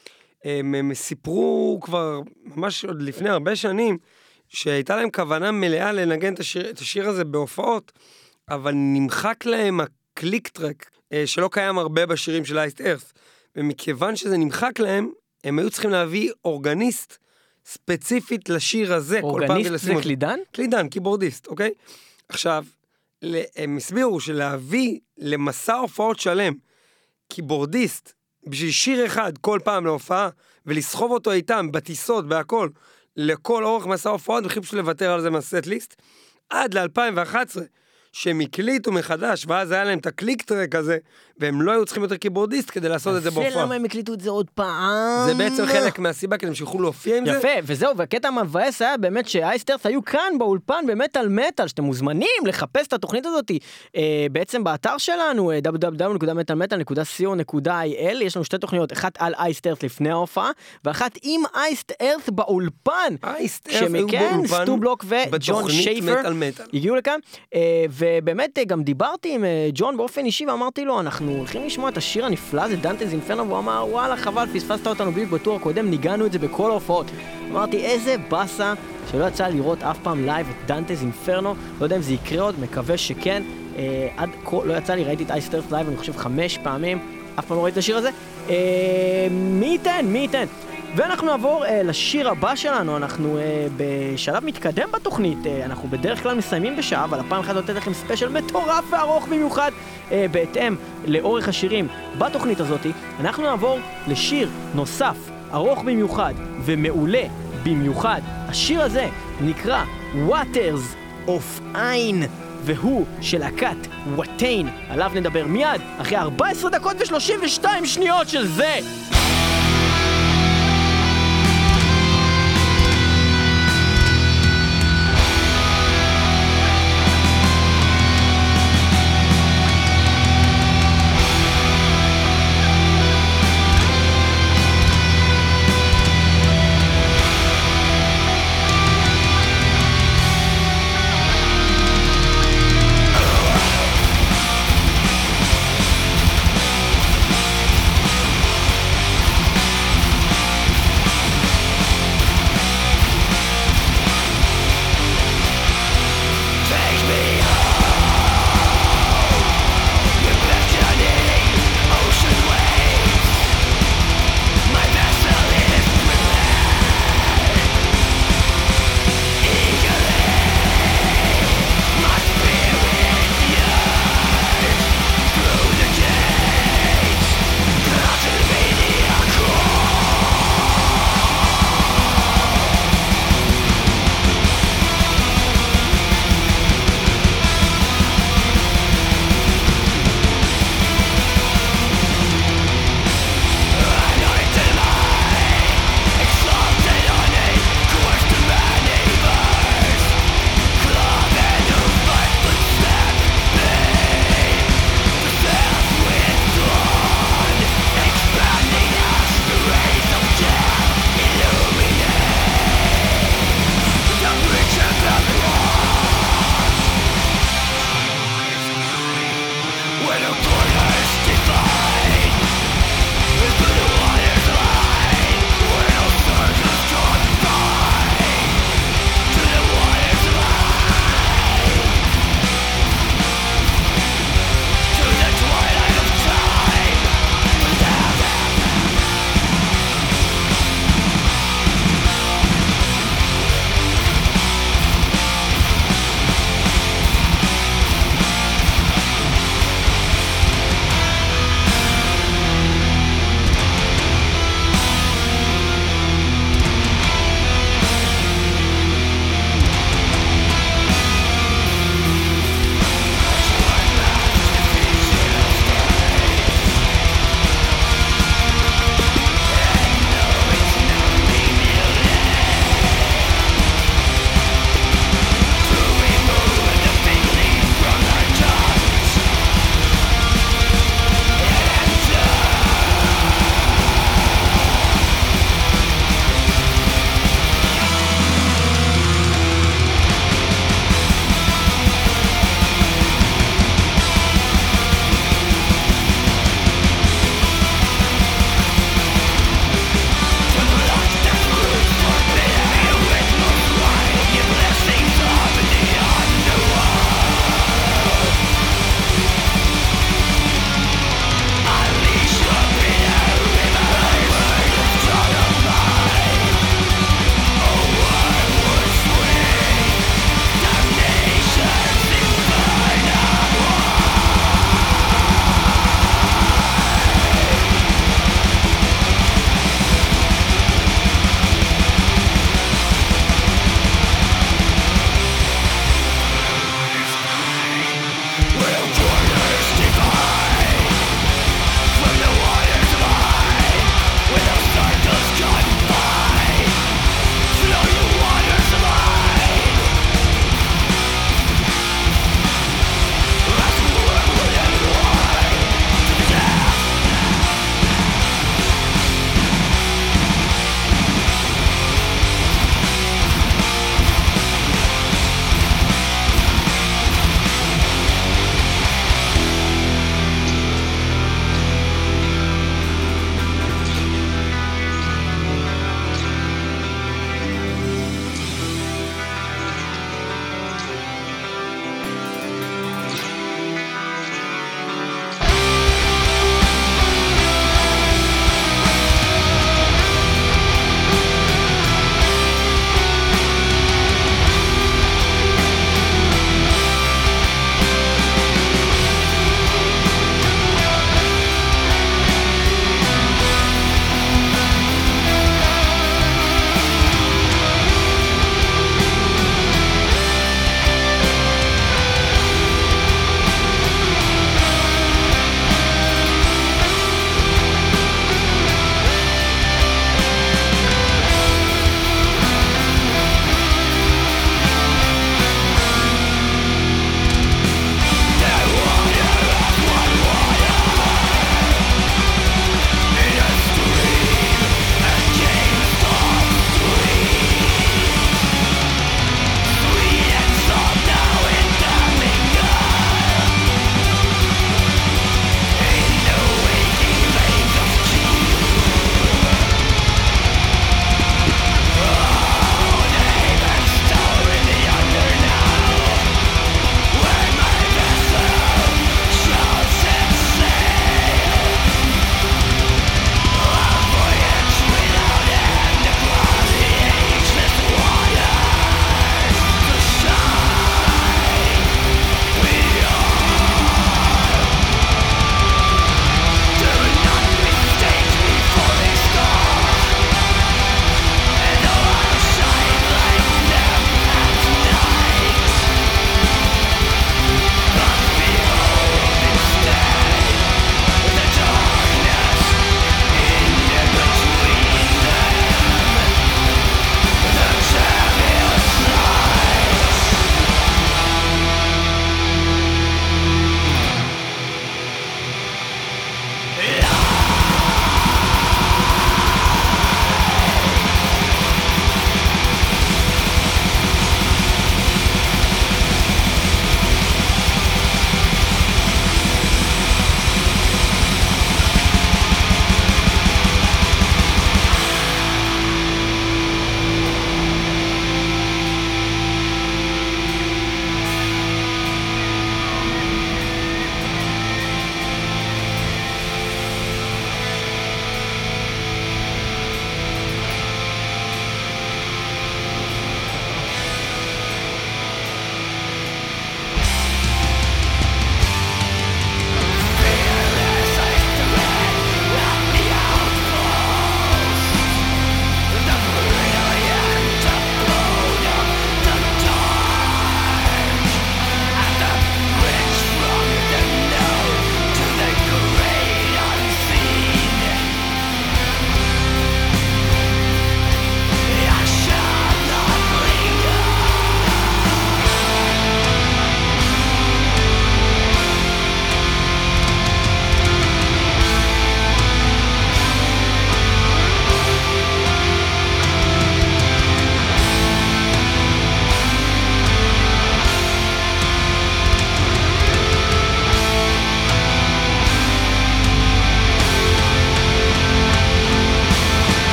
הם, הם סיפרו כבר ממש עוד לפני הרבה שנים, שהייתה להם כוונה מלאה לנגן את השיר, את השיר הזה בהופעות, אבל נמחק להם הקליק טרק, שלא קיים הרבה בשירים של אייסט ארת', ומכיוון שזה נמחק להם, הם היו צריכים להביא אורגניסט ספציפית לשיר הזה. אורגניסט זה קלידן? קלידן, קיבורדיסט, אוקיי? עכשיו, הם הסבירו שלהביא למסע הופעות שלם, קיבורדיסט, בשביל שיר אחד כל פעם להופעה, ולסחוב אותו איתם בטיסות, בהכל, לכל אורך מסע הופעות, וכי פשוט לוותר על זה מהסט ליסט, עד ל-אלפיים ואחת עשרה, שהם הקליטו מחדש, ואז היה להם את הקליק טרק הזה, והם לא היו צריכים יותר קיבורדיסט כדי לעשות את זה בהופעה. ולמה הם הקליטו את זה עוד פעם? זה בעצם חלק מהסיבה, כדי שיוכלו להופיע עם זה. יפה, וזהו, והקטע המבאס היה באמת שאייסט ארת' היו כאן באולפן במטל מטל, שאתם מוזמנים לחפש את התוכנית הזאת, אה, בעצם באתר שלנו, דאבליו דאבליו דאבליו נקודה מטל מטל נקודה סי או נקודה איי אל, יש לנו שתי תוכניות, אחת על אייסט ארת' לפני ההופעה, ואחת עם אייסט ארת' באולפן. אייסט ארת' היו באולפן, סטו בלוק וג'ון שייפר הגיעו לכאן, אה, ובאמת גם דיברתי עם ג'ון באופן אישי ואמרתי לו, אנחנו הולכים לשמוע את השיר הנפלא הזה, דנטז אינפרנו, והוא אמר, וואלה, חבל, פספסת אותנו בדיוק בטור הקודם, ניגענו את זה בכל ההופעות. אמרתי, איזה בסה שלא יצא לראות אף פעם לייב את דנטז אינפרנו, לא יודע אם זה יקרה עוד, מקווה שכן. אה, עד כה לא יצא לי, ראיתי את אייסט ארת' לייב, אני חושב חמש פעמים, אף פעם לא ראיתי את השיר הזה. אה, מי ייתן, מי ייתן. ואנחנו נעבור uh, לשיר הבא שלנו, אנחנו uh, בשלב מתקדם בתוכנית, uh, אנחנו בדרך כלל מסיימים בשעה, אבל הפעם אחת נותנת לכם ספיישל מטורף וארוך במיוחד, uh, בהתאם לאורך השירים בתוכנית הזאת. אנחנו נעבור לשיר נוסף, ארוך במיוחד ומעולה במיוחד. השיר הזה נקרא Waters of Ain, והוא של להקת וואטיין, עליו נדבר מיד אחרי ארבע עשרה דקות ו-שלושים ושתיים שניות של זה.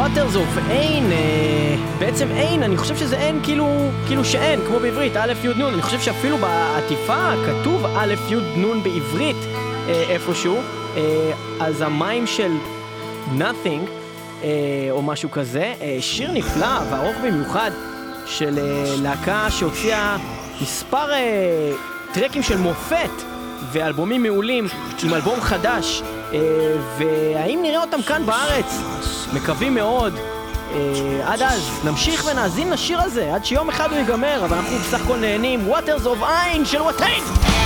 Waters of Ain, בעצם אין, אני חושב שזה אין כאילו, כאילו שאין, כמו בעברית, א' י' נ', אני חושב שאפילו בעטיפה כתוב א' י' נ' בעברית איפשהו, אז המים של Nothing, או משהו כזה, שיר נפלא וארוך במיוחד של להקה שהוציאה מספר טרקים של מופת ואלבומים מעולים עם אלבום חדש, והאם נראה אותם כאן בארץ? מקווים מאוד. עד אז נמשיך ונאזין לשיר הזה עד שיום אחד הוא ייגמר, אבל אנחנו בסך הכל נהנים. Waters of Ain של וואטיין.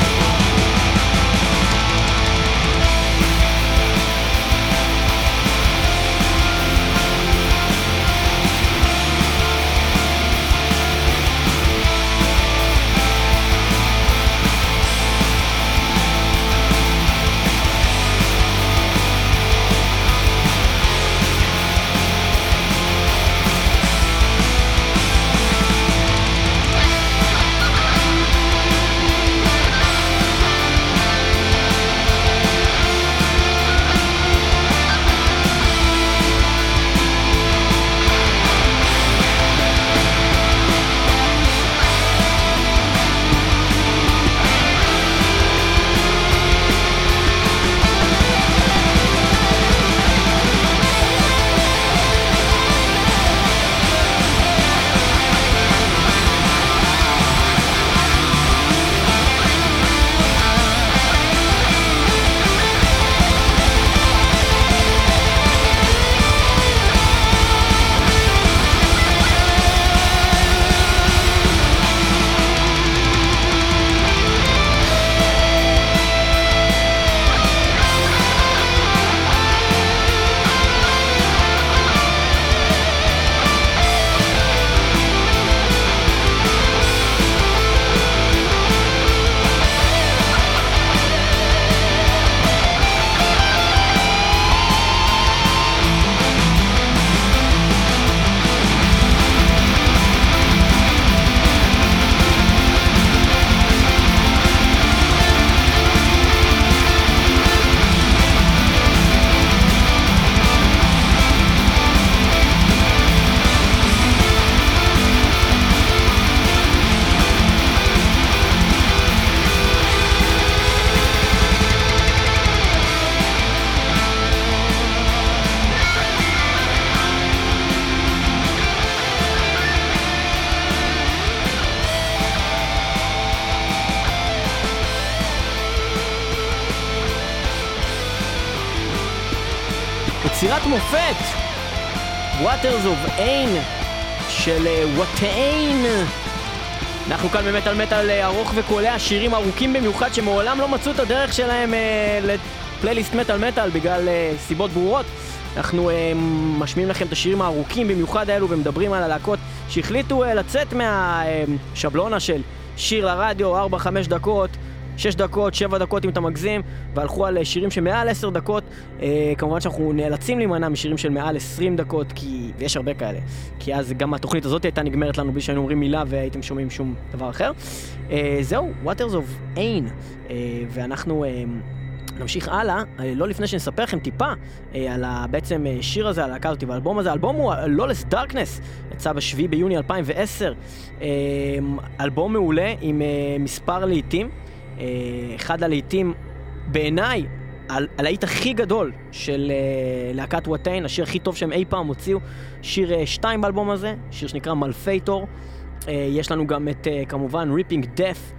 יצירת מופת, Waters of Ain של וואטיין. אנחנו כאן במטל מטל ארוך וקולע, שירים ארוכים במיוחד שמעולם לא מצאו את הדרך שלהם לפלייליסט מטל מטל בגלל סיבות ברורות. אנחנו משמיעים לכם את השירים הארוכים במיוחד האלו ומדברים על הלהקות שהחליטו לצאת מהשבלונה של שיר לרדיו, ארבע חמש דקות, שש דקות, שבע דקות אם אתה מגזים, והלכו על שירים שמעל עשר דקות. אה, כמובן שאנחנו נאלצים להימנע משירים של מעל עשרים דקות, כי... ויש הרבה כאלה, כי אז גם התוכנית הזאת הייתה נגמרת לנו בלי שהיינו אומרים מילה והייתם שומעים שום דבר אחר. אה, זהו, Waters of Ain, אה, ואנחנו אה, נמשיך הלאה, אה, לא לפני שנספר לכם טיפה אה, על בעצם שיר הזה, על הלהקה הזאת והאלבום הזה. האלבום הוא Lawless Darkness, יצא בשביעי ביוני אלפיים ועשר, אה, אלבום מעולה עם אה, מספר לעיתים, אחד הלהיטים בעיניי, הלהיט הכי גדול של להקת וואטיין, השיר הכי טוב שהם אי פעם הוציאו, שיר שתיים באלבום הזה, שיר שנקרא מלפייטור. יש לנו גם את כמובן Ripping Death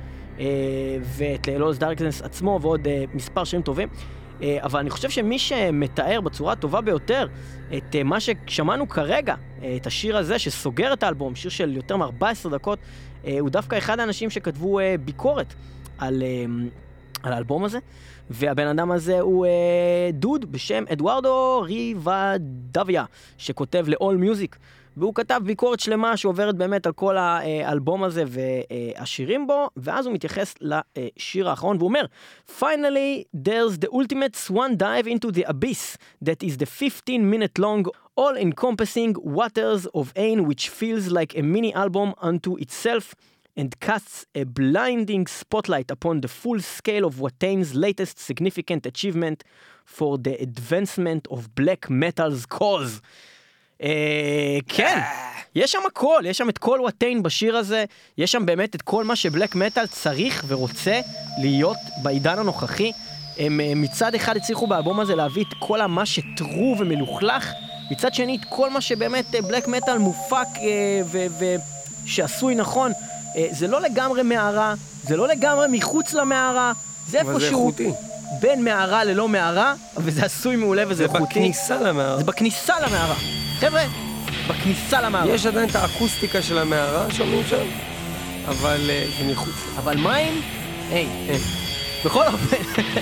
ואת Lawless Darkness עצמו ועוד מספר שירים טובים, אבל אני חושב שמי שמתאר בצורה הטובה ביותר את מה ששמענו כרגע, את השיר הזה שסוגר את האלבום, שיר של יותר מ-ארבע עשרה דקות, הוא דווקא אחד האנשים שכתבו ביקורת על, על האלבום הזה, והבן אדם הזה הוא דוד בשם אדוארדו ריבדביה, שכותב ל-All Music, והוא כתב ביקורת שלמה שעוברת באמת על כל האלבום הזה והשירים בו, ואז הוא מתייחס לשיר האחרון והוא אומר, Finally, there's the ultimate swan dive into the abyss that is the fifteen minute long all-encompassing Waters of Ain, which feels like a mini album unto itself and casts a blinding spotlight upon the full scale of Watain's latest significant achievement for the advancement of black metal's cause. אה, כן, יש שם הכל, יש שם את כל וואטיין בשיר הזה, יש שם באמת את כל מה שבלק מטל צריך ורוצה להיות בעידן הנוכחי. הם מצד אחד הצליחו באלבום הזה להביא את כל מה שטרו ומלוכלך, מצד שני את כל מה שבאמת בלק מטל מופק ושעשוי נכון. זה לא לגמרי מערה, זה לא לגמרי מחוץ למערה, זה איפשהו בין מערה ללא מערה, וזה עשוי מעולה וזה איכותי. זה בכניסה למערה. זה בכניסה למערה. חבר'ה, בכניסה למערה. יש עדיין את האקוסטיקה של המערה, שומעים שם, אבל זה מחוץ. אבל מים? היי, היי. בכל אופן,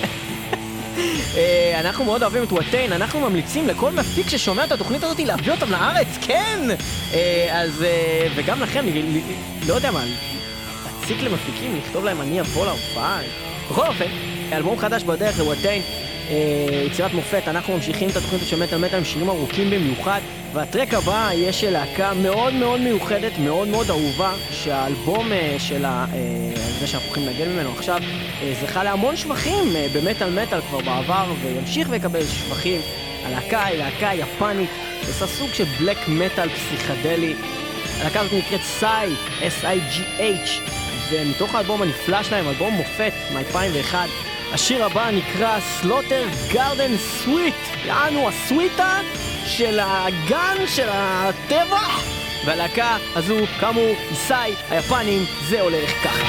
אנחנו מאוד אוהבים את וואטיין, אנחנו ממליצים לכל מפיק ששומע את התוכנית הזאת להביא אותם לארץ, כן! אז, וגם לכם, לא יודע מה, להציק למפיקים, לכתוב להם אני אבוא להופעה. בכל אופן, אלבום חדש בדרך לוואטיין, יצירת מופת, אנחנו ממשיכים את התוכנית של מטל מטל עם שירים ארוכים במיוחד, והטרק הבא יהיה של להקה מאוד מאוד מיוחדת, מאוד מאוד אהובה, שהאלבום שלה, זה שאנחנו הולכים לנגן ממנו עכשיו, זכה להמון שבחים במטל מטל כבר בעבר, וימשיך ויקבל שבחים. הלהקה היא להקה יפנית, זה סוג של בלק מטל פסיכדלי. הלהקה הזאת נקראת סאי, אס איי ג'י אייץ', ומתוך האלבום הנפלא שלהם, אלבום מופת מ-אלפיים ואחת, השיר הבא נקרא סלוטר גארדן סוויט, יענו הסוויטה של הגן של הטבע, והלהקה הזו כאמור איסאי היפנים, זה הולך ככה.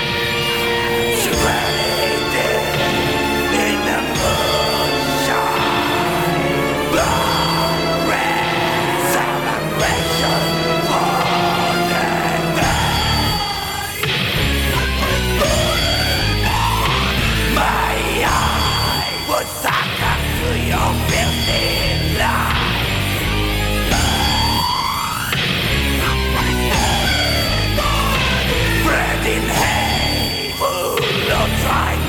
Try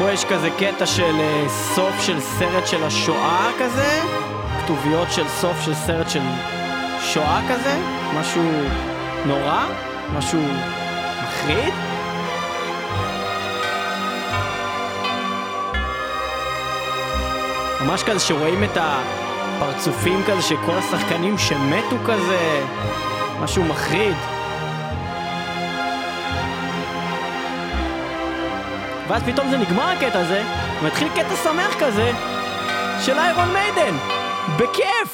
יש כזה קטע של uh, סוף של סרט של השואה כזה, כתוביות של סוף של סרט של שואה כזה, משהו נורא, משהו מחריד. ממש כזה שרואים את הפרצופים כזה של כל השחקנים שמתו כזה, משהו מחריד. ואז פתאום זה נגמר הקטע הזה, ומתחיל קטע שמח כזה של איירון מיידן, בכיף!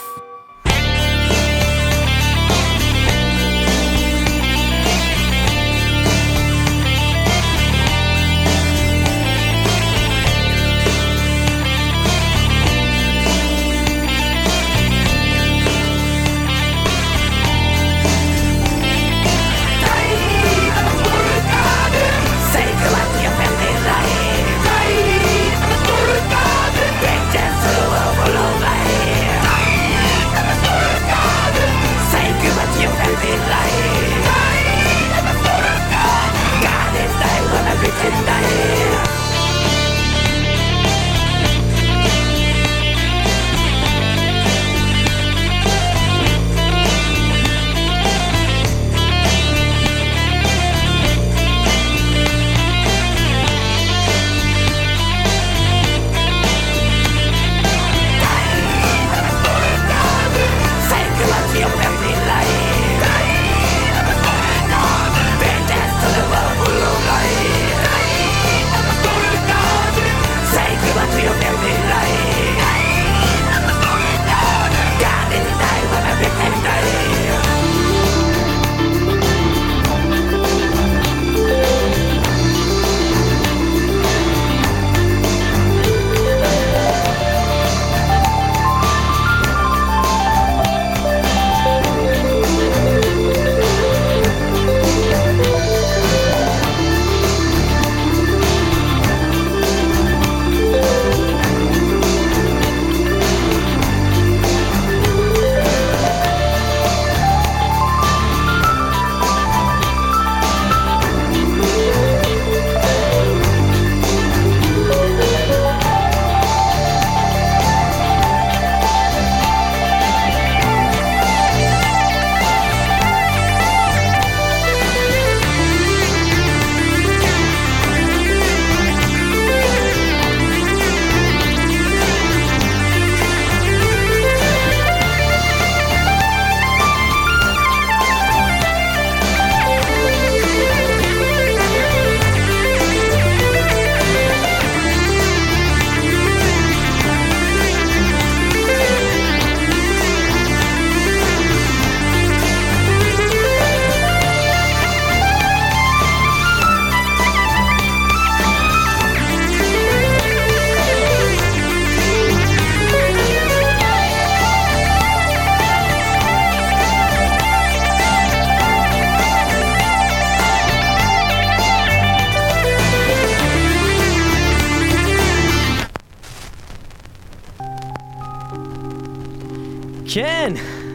כן,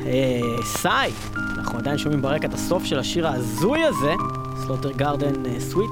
סאי, אנחנו עדיין שומעים ברקע את הסוף של השיר ההזוי הזה, סלוטר גארדן סוויט,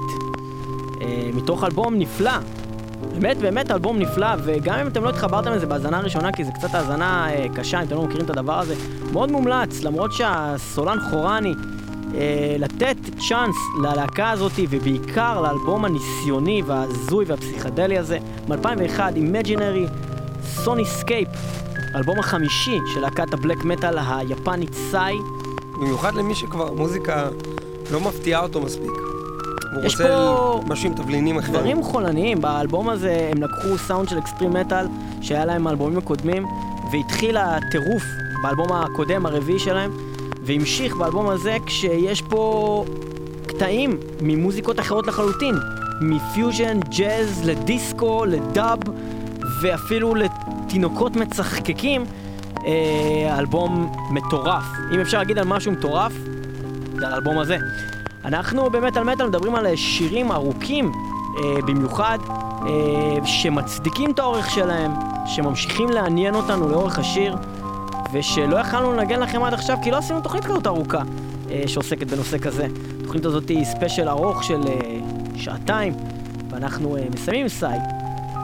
מתוך אלבום נפלא. באמת באמת אלבום נפלא, וגם אם אתם לא התחברתם לזה בהזנה הראשונה, כי זה קצת ההזנה קשה, אם אתם לא מכירים את הדבר הזה, מאוד מומלץ, למרות שהסולן חורני, לתת צ'אנס ללהקה הזאת, ובעיקר לאלבום הניסיוני והזוי והפסיכדלי הזה, מ-אלפיים ואחת, Imaginary Soniscape, אלבום החמישי של להקת הבלק מטל היפנית סאי. במיוחד למי שכבר מוזיקה לא מפתיעה אותו מספיק. הוא יש רוצה פה משהו עם תבלינים אחרים. דברים חולניים. באלבום הזה הם לקחו סאונד של אקסטרים מטל שהיה להם באלבומים הקודמים, והתחיל הטירוף באלבום הקודם, הרביעי שלהם, והמשיך באלבום הזה כשיש פה קטעים ממוזיקות אחרות לחלוטין, מפיוז'ן, ג'אז, לדיסקו, לדאב, ואפילו לתינוקות מצחקקים. אה, אלבום מטורף. אם אפשר להגיד על משהו מטורף, זה על האלבום הזה. אנחנו באמת על מטל מדברים על שירים ארוכים אה, במיוחד, אה, שמצדיקים את האורך שלהם, שממשיכים לעניין אותנו לאורך השיר, ושלא יכלנו לנגן לכם עד עכשיו כי לא עשינו תוכנית כזאת ארוכה אה, שעוסקת בנושא כזה. התוכנית הזאת היא ספיישל ארוך של אה, שעתיים, ואנחנו אה, מסיימים סאי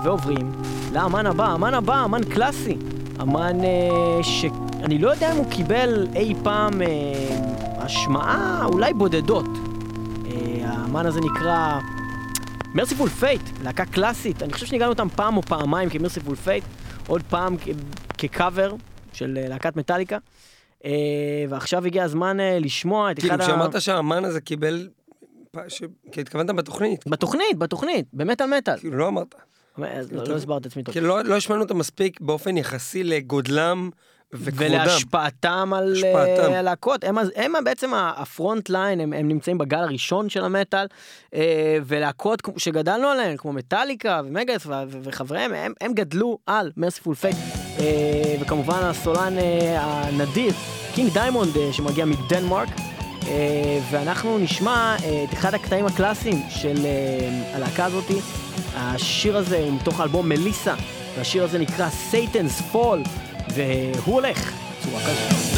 ועוברים לאמן הבא, אמן הבא, אמן קלאסי, אמן אה, שאני לא יודע אם הוא קיבל אי פעם אה, השמעה אולי בודדות. אה, האמן הזה נקרא Merciful Fate, להקה קלאסית. אני חושב שניגענו אותם פעם או פעמיים כ-Merciful Fate, עוד פעם כקאבר של להקת מטאליקה. ועכשיו הגיע הזמן לשמוע את אחד ה... כאילו, כשאמרת שהאמן הזה קיבל... כי התכוונת בתוכנית. בתוכנית, בתוכנית, במטל מטל. כאילו, לא אמרת. לא הסברת את עצמי טוב. כאילו, לא השמענו אותם מספיק באופן יחסי לגודלם וכבודם. ולהשפעתם על הלהקות. הם בעצם הפרונט ליין, הם נמצאים בגל הראשון של המטל, ולהקות שגדלנו עליהם, כמו מטאליקה ומגאס וחבריהם, הם גדלו על Merciful Fate, וכמובן הסולן הנדיר, קינג דיימונד, שמגיע מדנמרק, ואנחנו נשמע את אחד הקטעים הקלאסיים של הלהקה הזאת. השיר הזה הוא מתוך האלבום מליסה, והשיר הזה נקרא Satan's Fall, והוא הולך בצורה כזאת.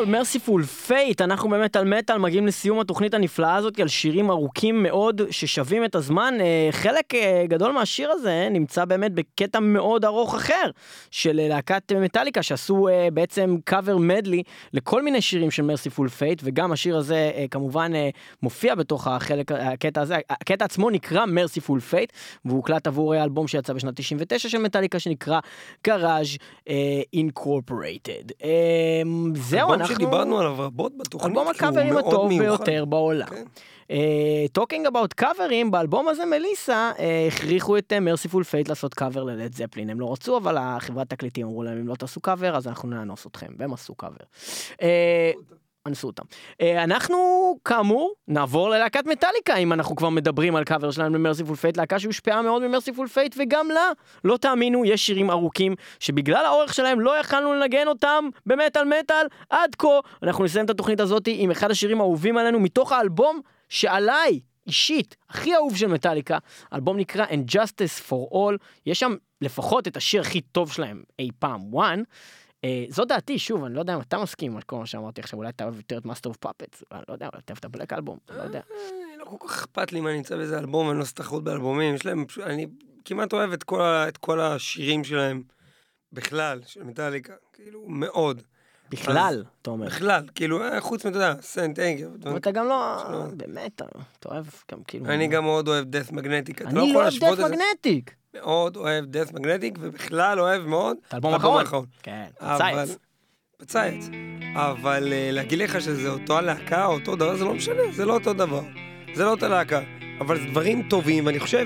All, Merciful Fate, אנחנו באמת על מטל מגיעים לסיום התוכנית הנפלאה הזאת על שירים ארוכים מאוד ששווים את הזמן. חלק גדול מהשיר הזה נמצא באמת בקטע מאוד ארוך אחר של להקת מטליקה שעשו בעצם קאבר מדלי לכל מיני שירים של Merciful Fate, וגם השיר הזה כמובן מופיע בתוך החלק, הקטע הזה. הקטע עצמו נקרא Merciful Fate, והוא הוקלט עבור אלבום שיצא בשנת תשעים ותשע של מטליקה שנקרא Garage Incorporated. זהו, אנחנו... שדיברנו עליו רבות בתוכנית, אלבום הקאברים הטוב ביותר בעולם. Talking about קאברים, באלבום הזה מליסה הכריחו את Merciful Fate לעשות קאבר ללד זפלין. הם לא רצו, אבל החברת תקליטים אמרו להם, אם לא תעשו קאבר, אז אנחנו נאנוס אתכם, והם עשו קאבר. אנסו אותם. אנחנו, כאמור, נעבור ללהקת מטליקה, אם אנחנו כבר מדברים על קאבר שלנו במרסיפול פייט, להקה שהושפעה מאוד במרסיפול פייט, וגם לה, לא תאמינו, יש שירים ארוכים, שבגלל האורך שלהם לא יכלנו לנגן אותם במטל מטל עד כה. אנחנו נסיים את התוכנית הזאת עם אחד השירים האהובים עלינו, מתוך האלבום שעליי, אישית, הכי אהוב של מטליקה. האלבום נקרא And Justice for All, יש שם לפחות את השיר הכי טוב שלהם אי פעם, One, Uh, זו דעתי, שוב, אני לא יודע אם אתה מסכים על כל מה שאמרתי עכשיו, אולי אתה אוהב יותר את Master of Puppets, אני לא יודע, אולי אתה אוהב את הבלק אלבום, אני לא יודע. לא כל כך אכפת לי אם אני נמצא באיזה אלבום, אני לא סתחרות באלבומים, יש להם, אני כמעט אוהב את כל, את כל השירים שלהם, בכלל, של מטליקה, כאילו, מאוד. בכלל, אתה אומר. בכלל, כאילו, חוץ אתה יודע, סנט אנגר. אתה גם לא, באמת, אתה אוהב גם כאילו... אני גם מאוד אוהב דף מגנטיק. אני לא אוהב דף מגנטיק. מאוד אוהב דף מגנטיק, ובכלל אוהב מאוד... את האלבום האחרון. כן, פצייץ. פצייץ. אבל להגיד לך שזה אותו הלהקה, אותו דבר, זה לא משנה, זה לא אותו דבר. זה לא אותו להקה. אבל זה דברים טובים, ואני חושב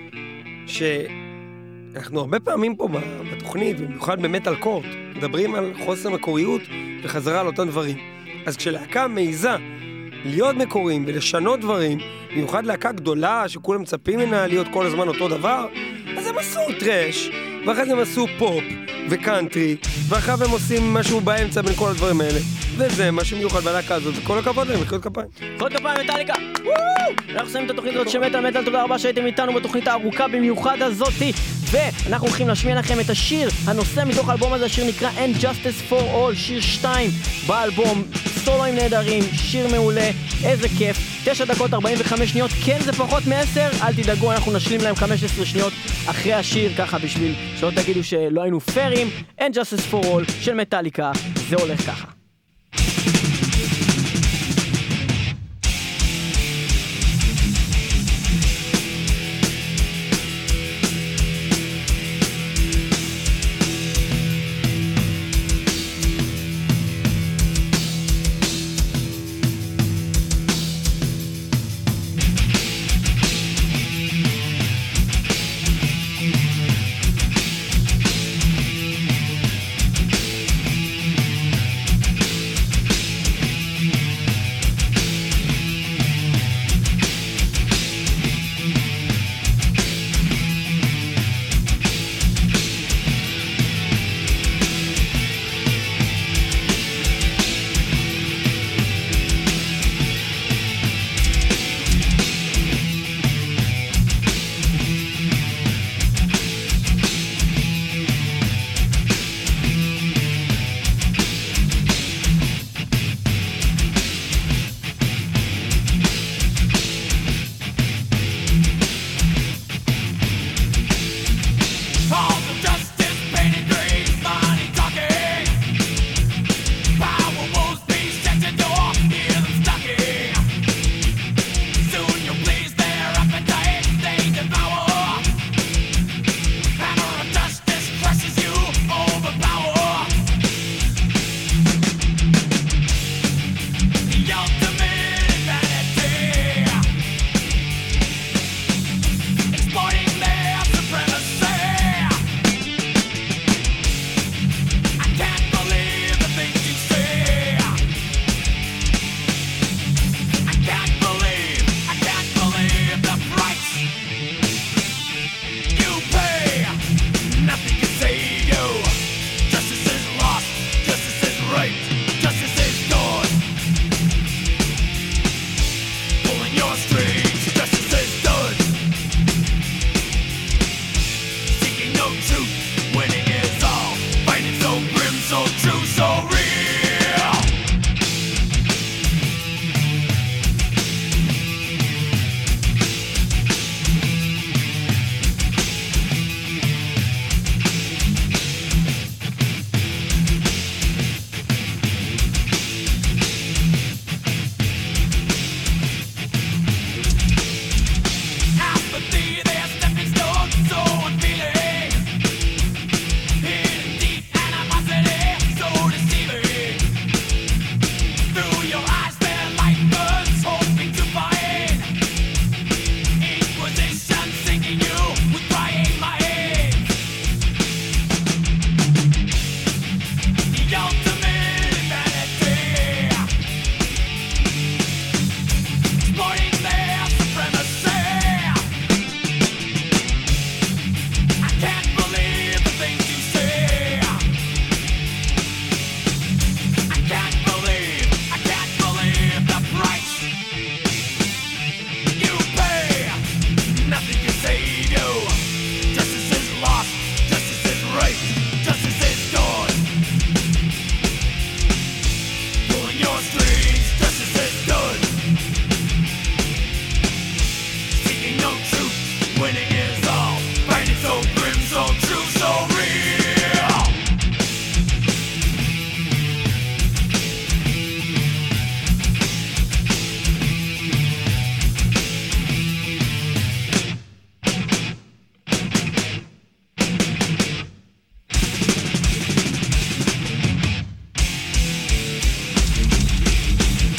שאנחנו הרבה פעמים פה בתוכנית, במיוחד במטל קורט, מדברים על חוסר מקוריות וחזרה על אותם דברים. אז כשלהקה מעיזה להיות מקוריים ולשנות דברים, במיוחד להקה גדולה שכולם מצפים ממנה להיות כל הזמן אותו דבר, אז הם עשו טרש, ואחרי זה הם עשו פופ וקאנטרי, ואחרי הם עושים משהו באמצע בין כל הדברים האלה. וזה מה שמיוחד בלהקה הזאת, וכל הכבוד להם, מחיאות כפיים. מחיאות כפיים מטליקה! אנחנו שמים את התוכנית הזאת של מטל מטל, תודה רבה שהייתם איתנו בתוכנית הארוכה במיוחד הזאתי, ואנחנו הולכים להשמיע לכם את השיר, הנושא מתוך האלבום הזה, השיר נקרא And Justice for All, שיר שתיים באלבום, סולואים נהדרים, שיר מעולה, איזה כיף, תשע דקות ארבעים וחמש שניות, כן זה פחות מעשר, אל תדאגו, אנחנו נשלים להם חמש עשרה שניות אחרי השיר, ככה בשביל שלא תגידו שלא היינו פיירים. And Justice for All של מטליקה, זה הולך ככה.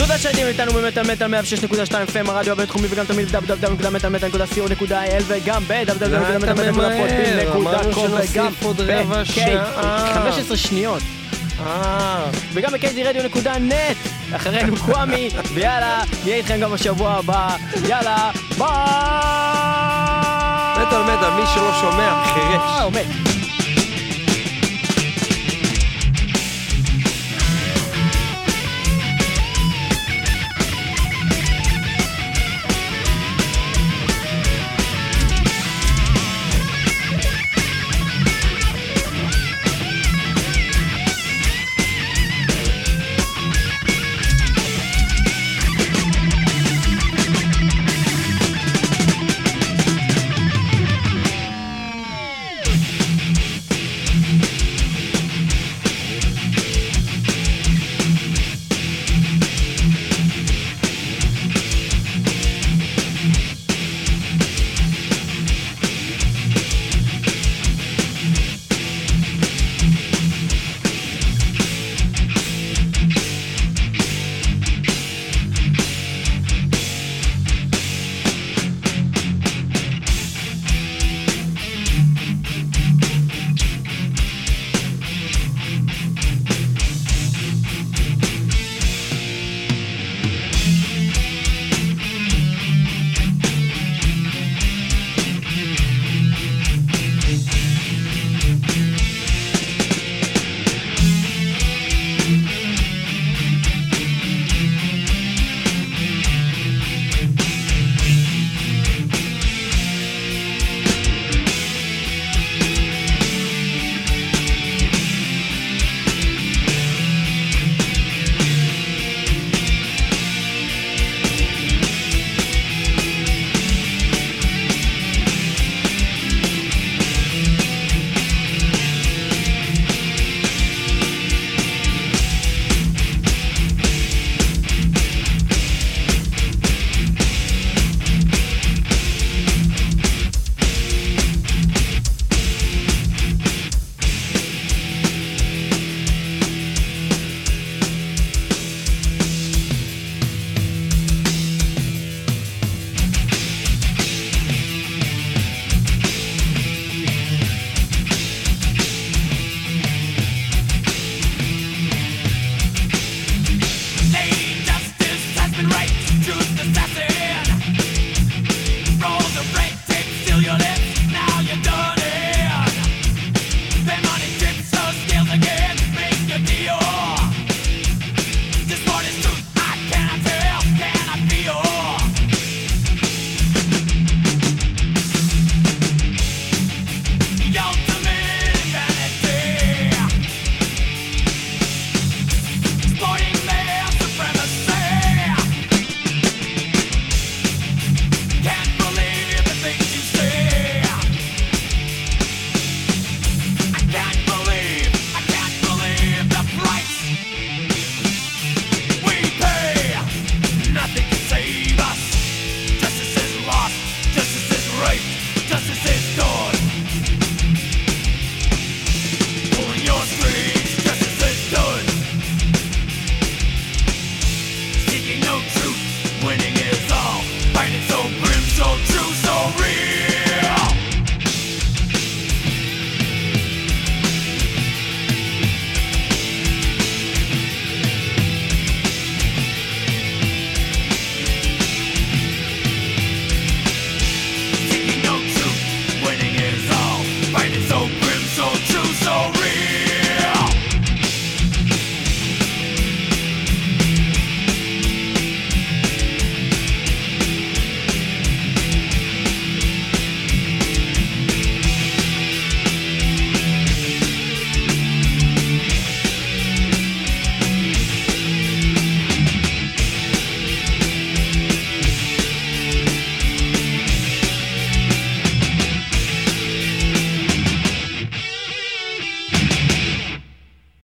תודה שהייתם איתנו במטל מטל מאה ושש נקודה שתיים אף אם הרדיו הבינתחומי וגם תמיד דאבליו דאבליו דאבליו נקודה מטל מטל נקודה סי או נקודה איי אל וגם ב-דאבליו דאבליו דאבליו נקודה מטל מטל נקודה פודבין נקודה קום וגם ב-חמש עשרה שניות וגם ב-קיי זי רדיו נקודה נט. אחרינו קוואמי ויאללה נהיה איתכם גם בשבוע הבא. יאללה ביי. מטל מטל מי שלא שומע חירש.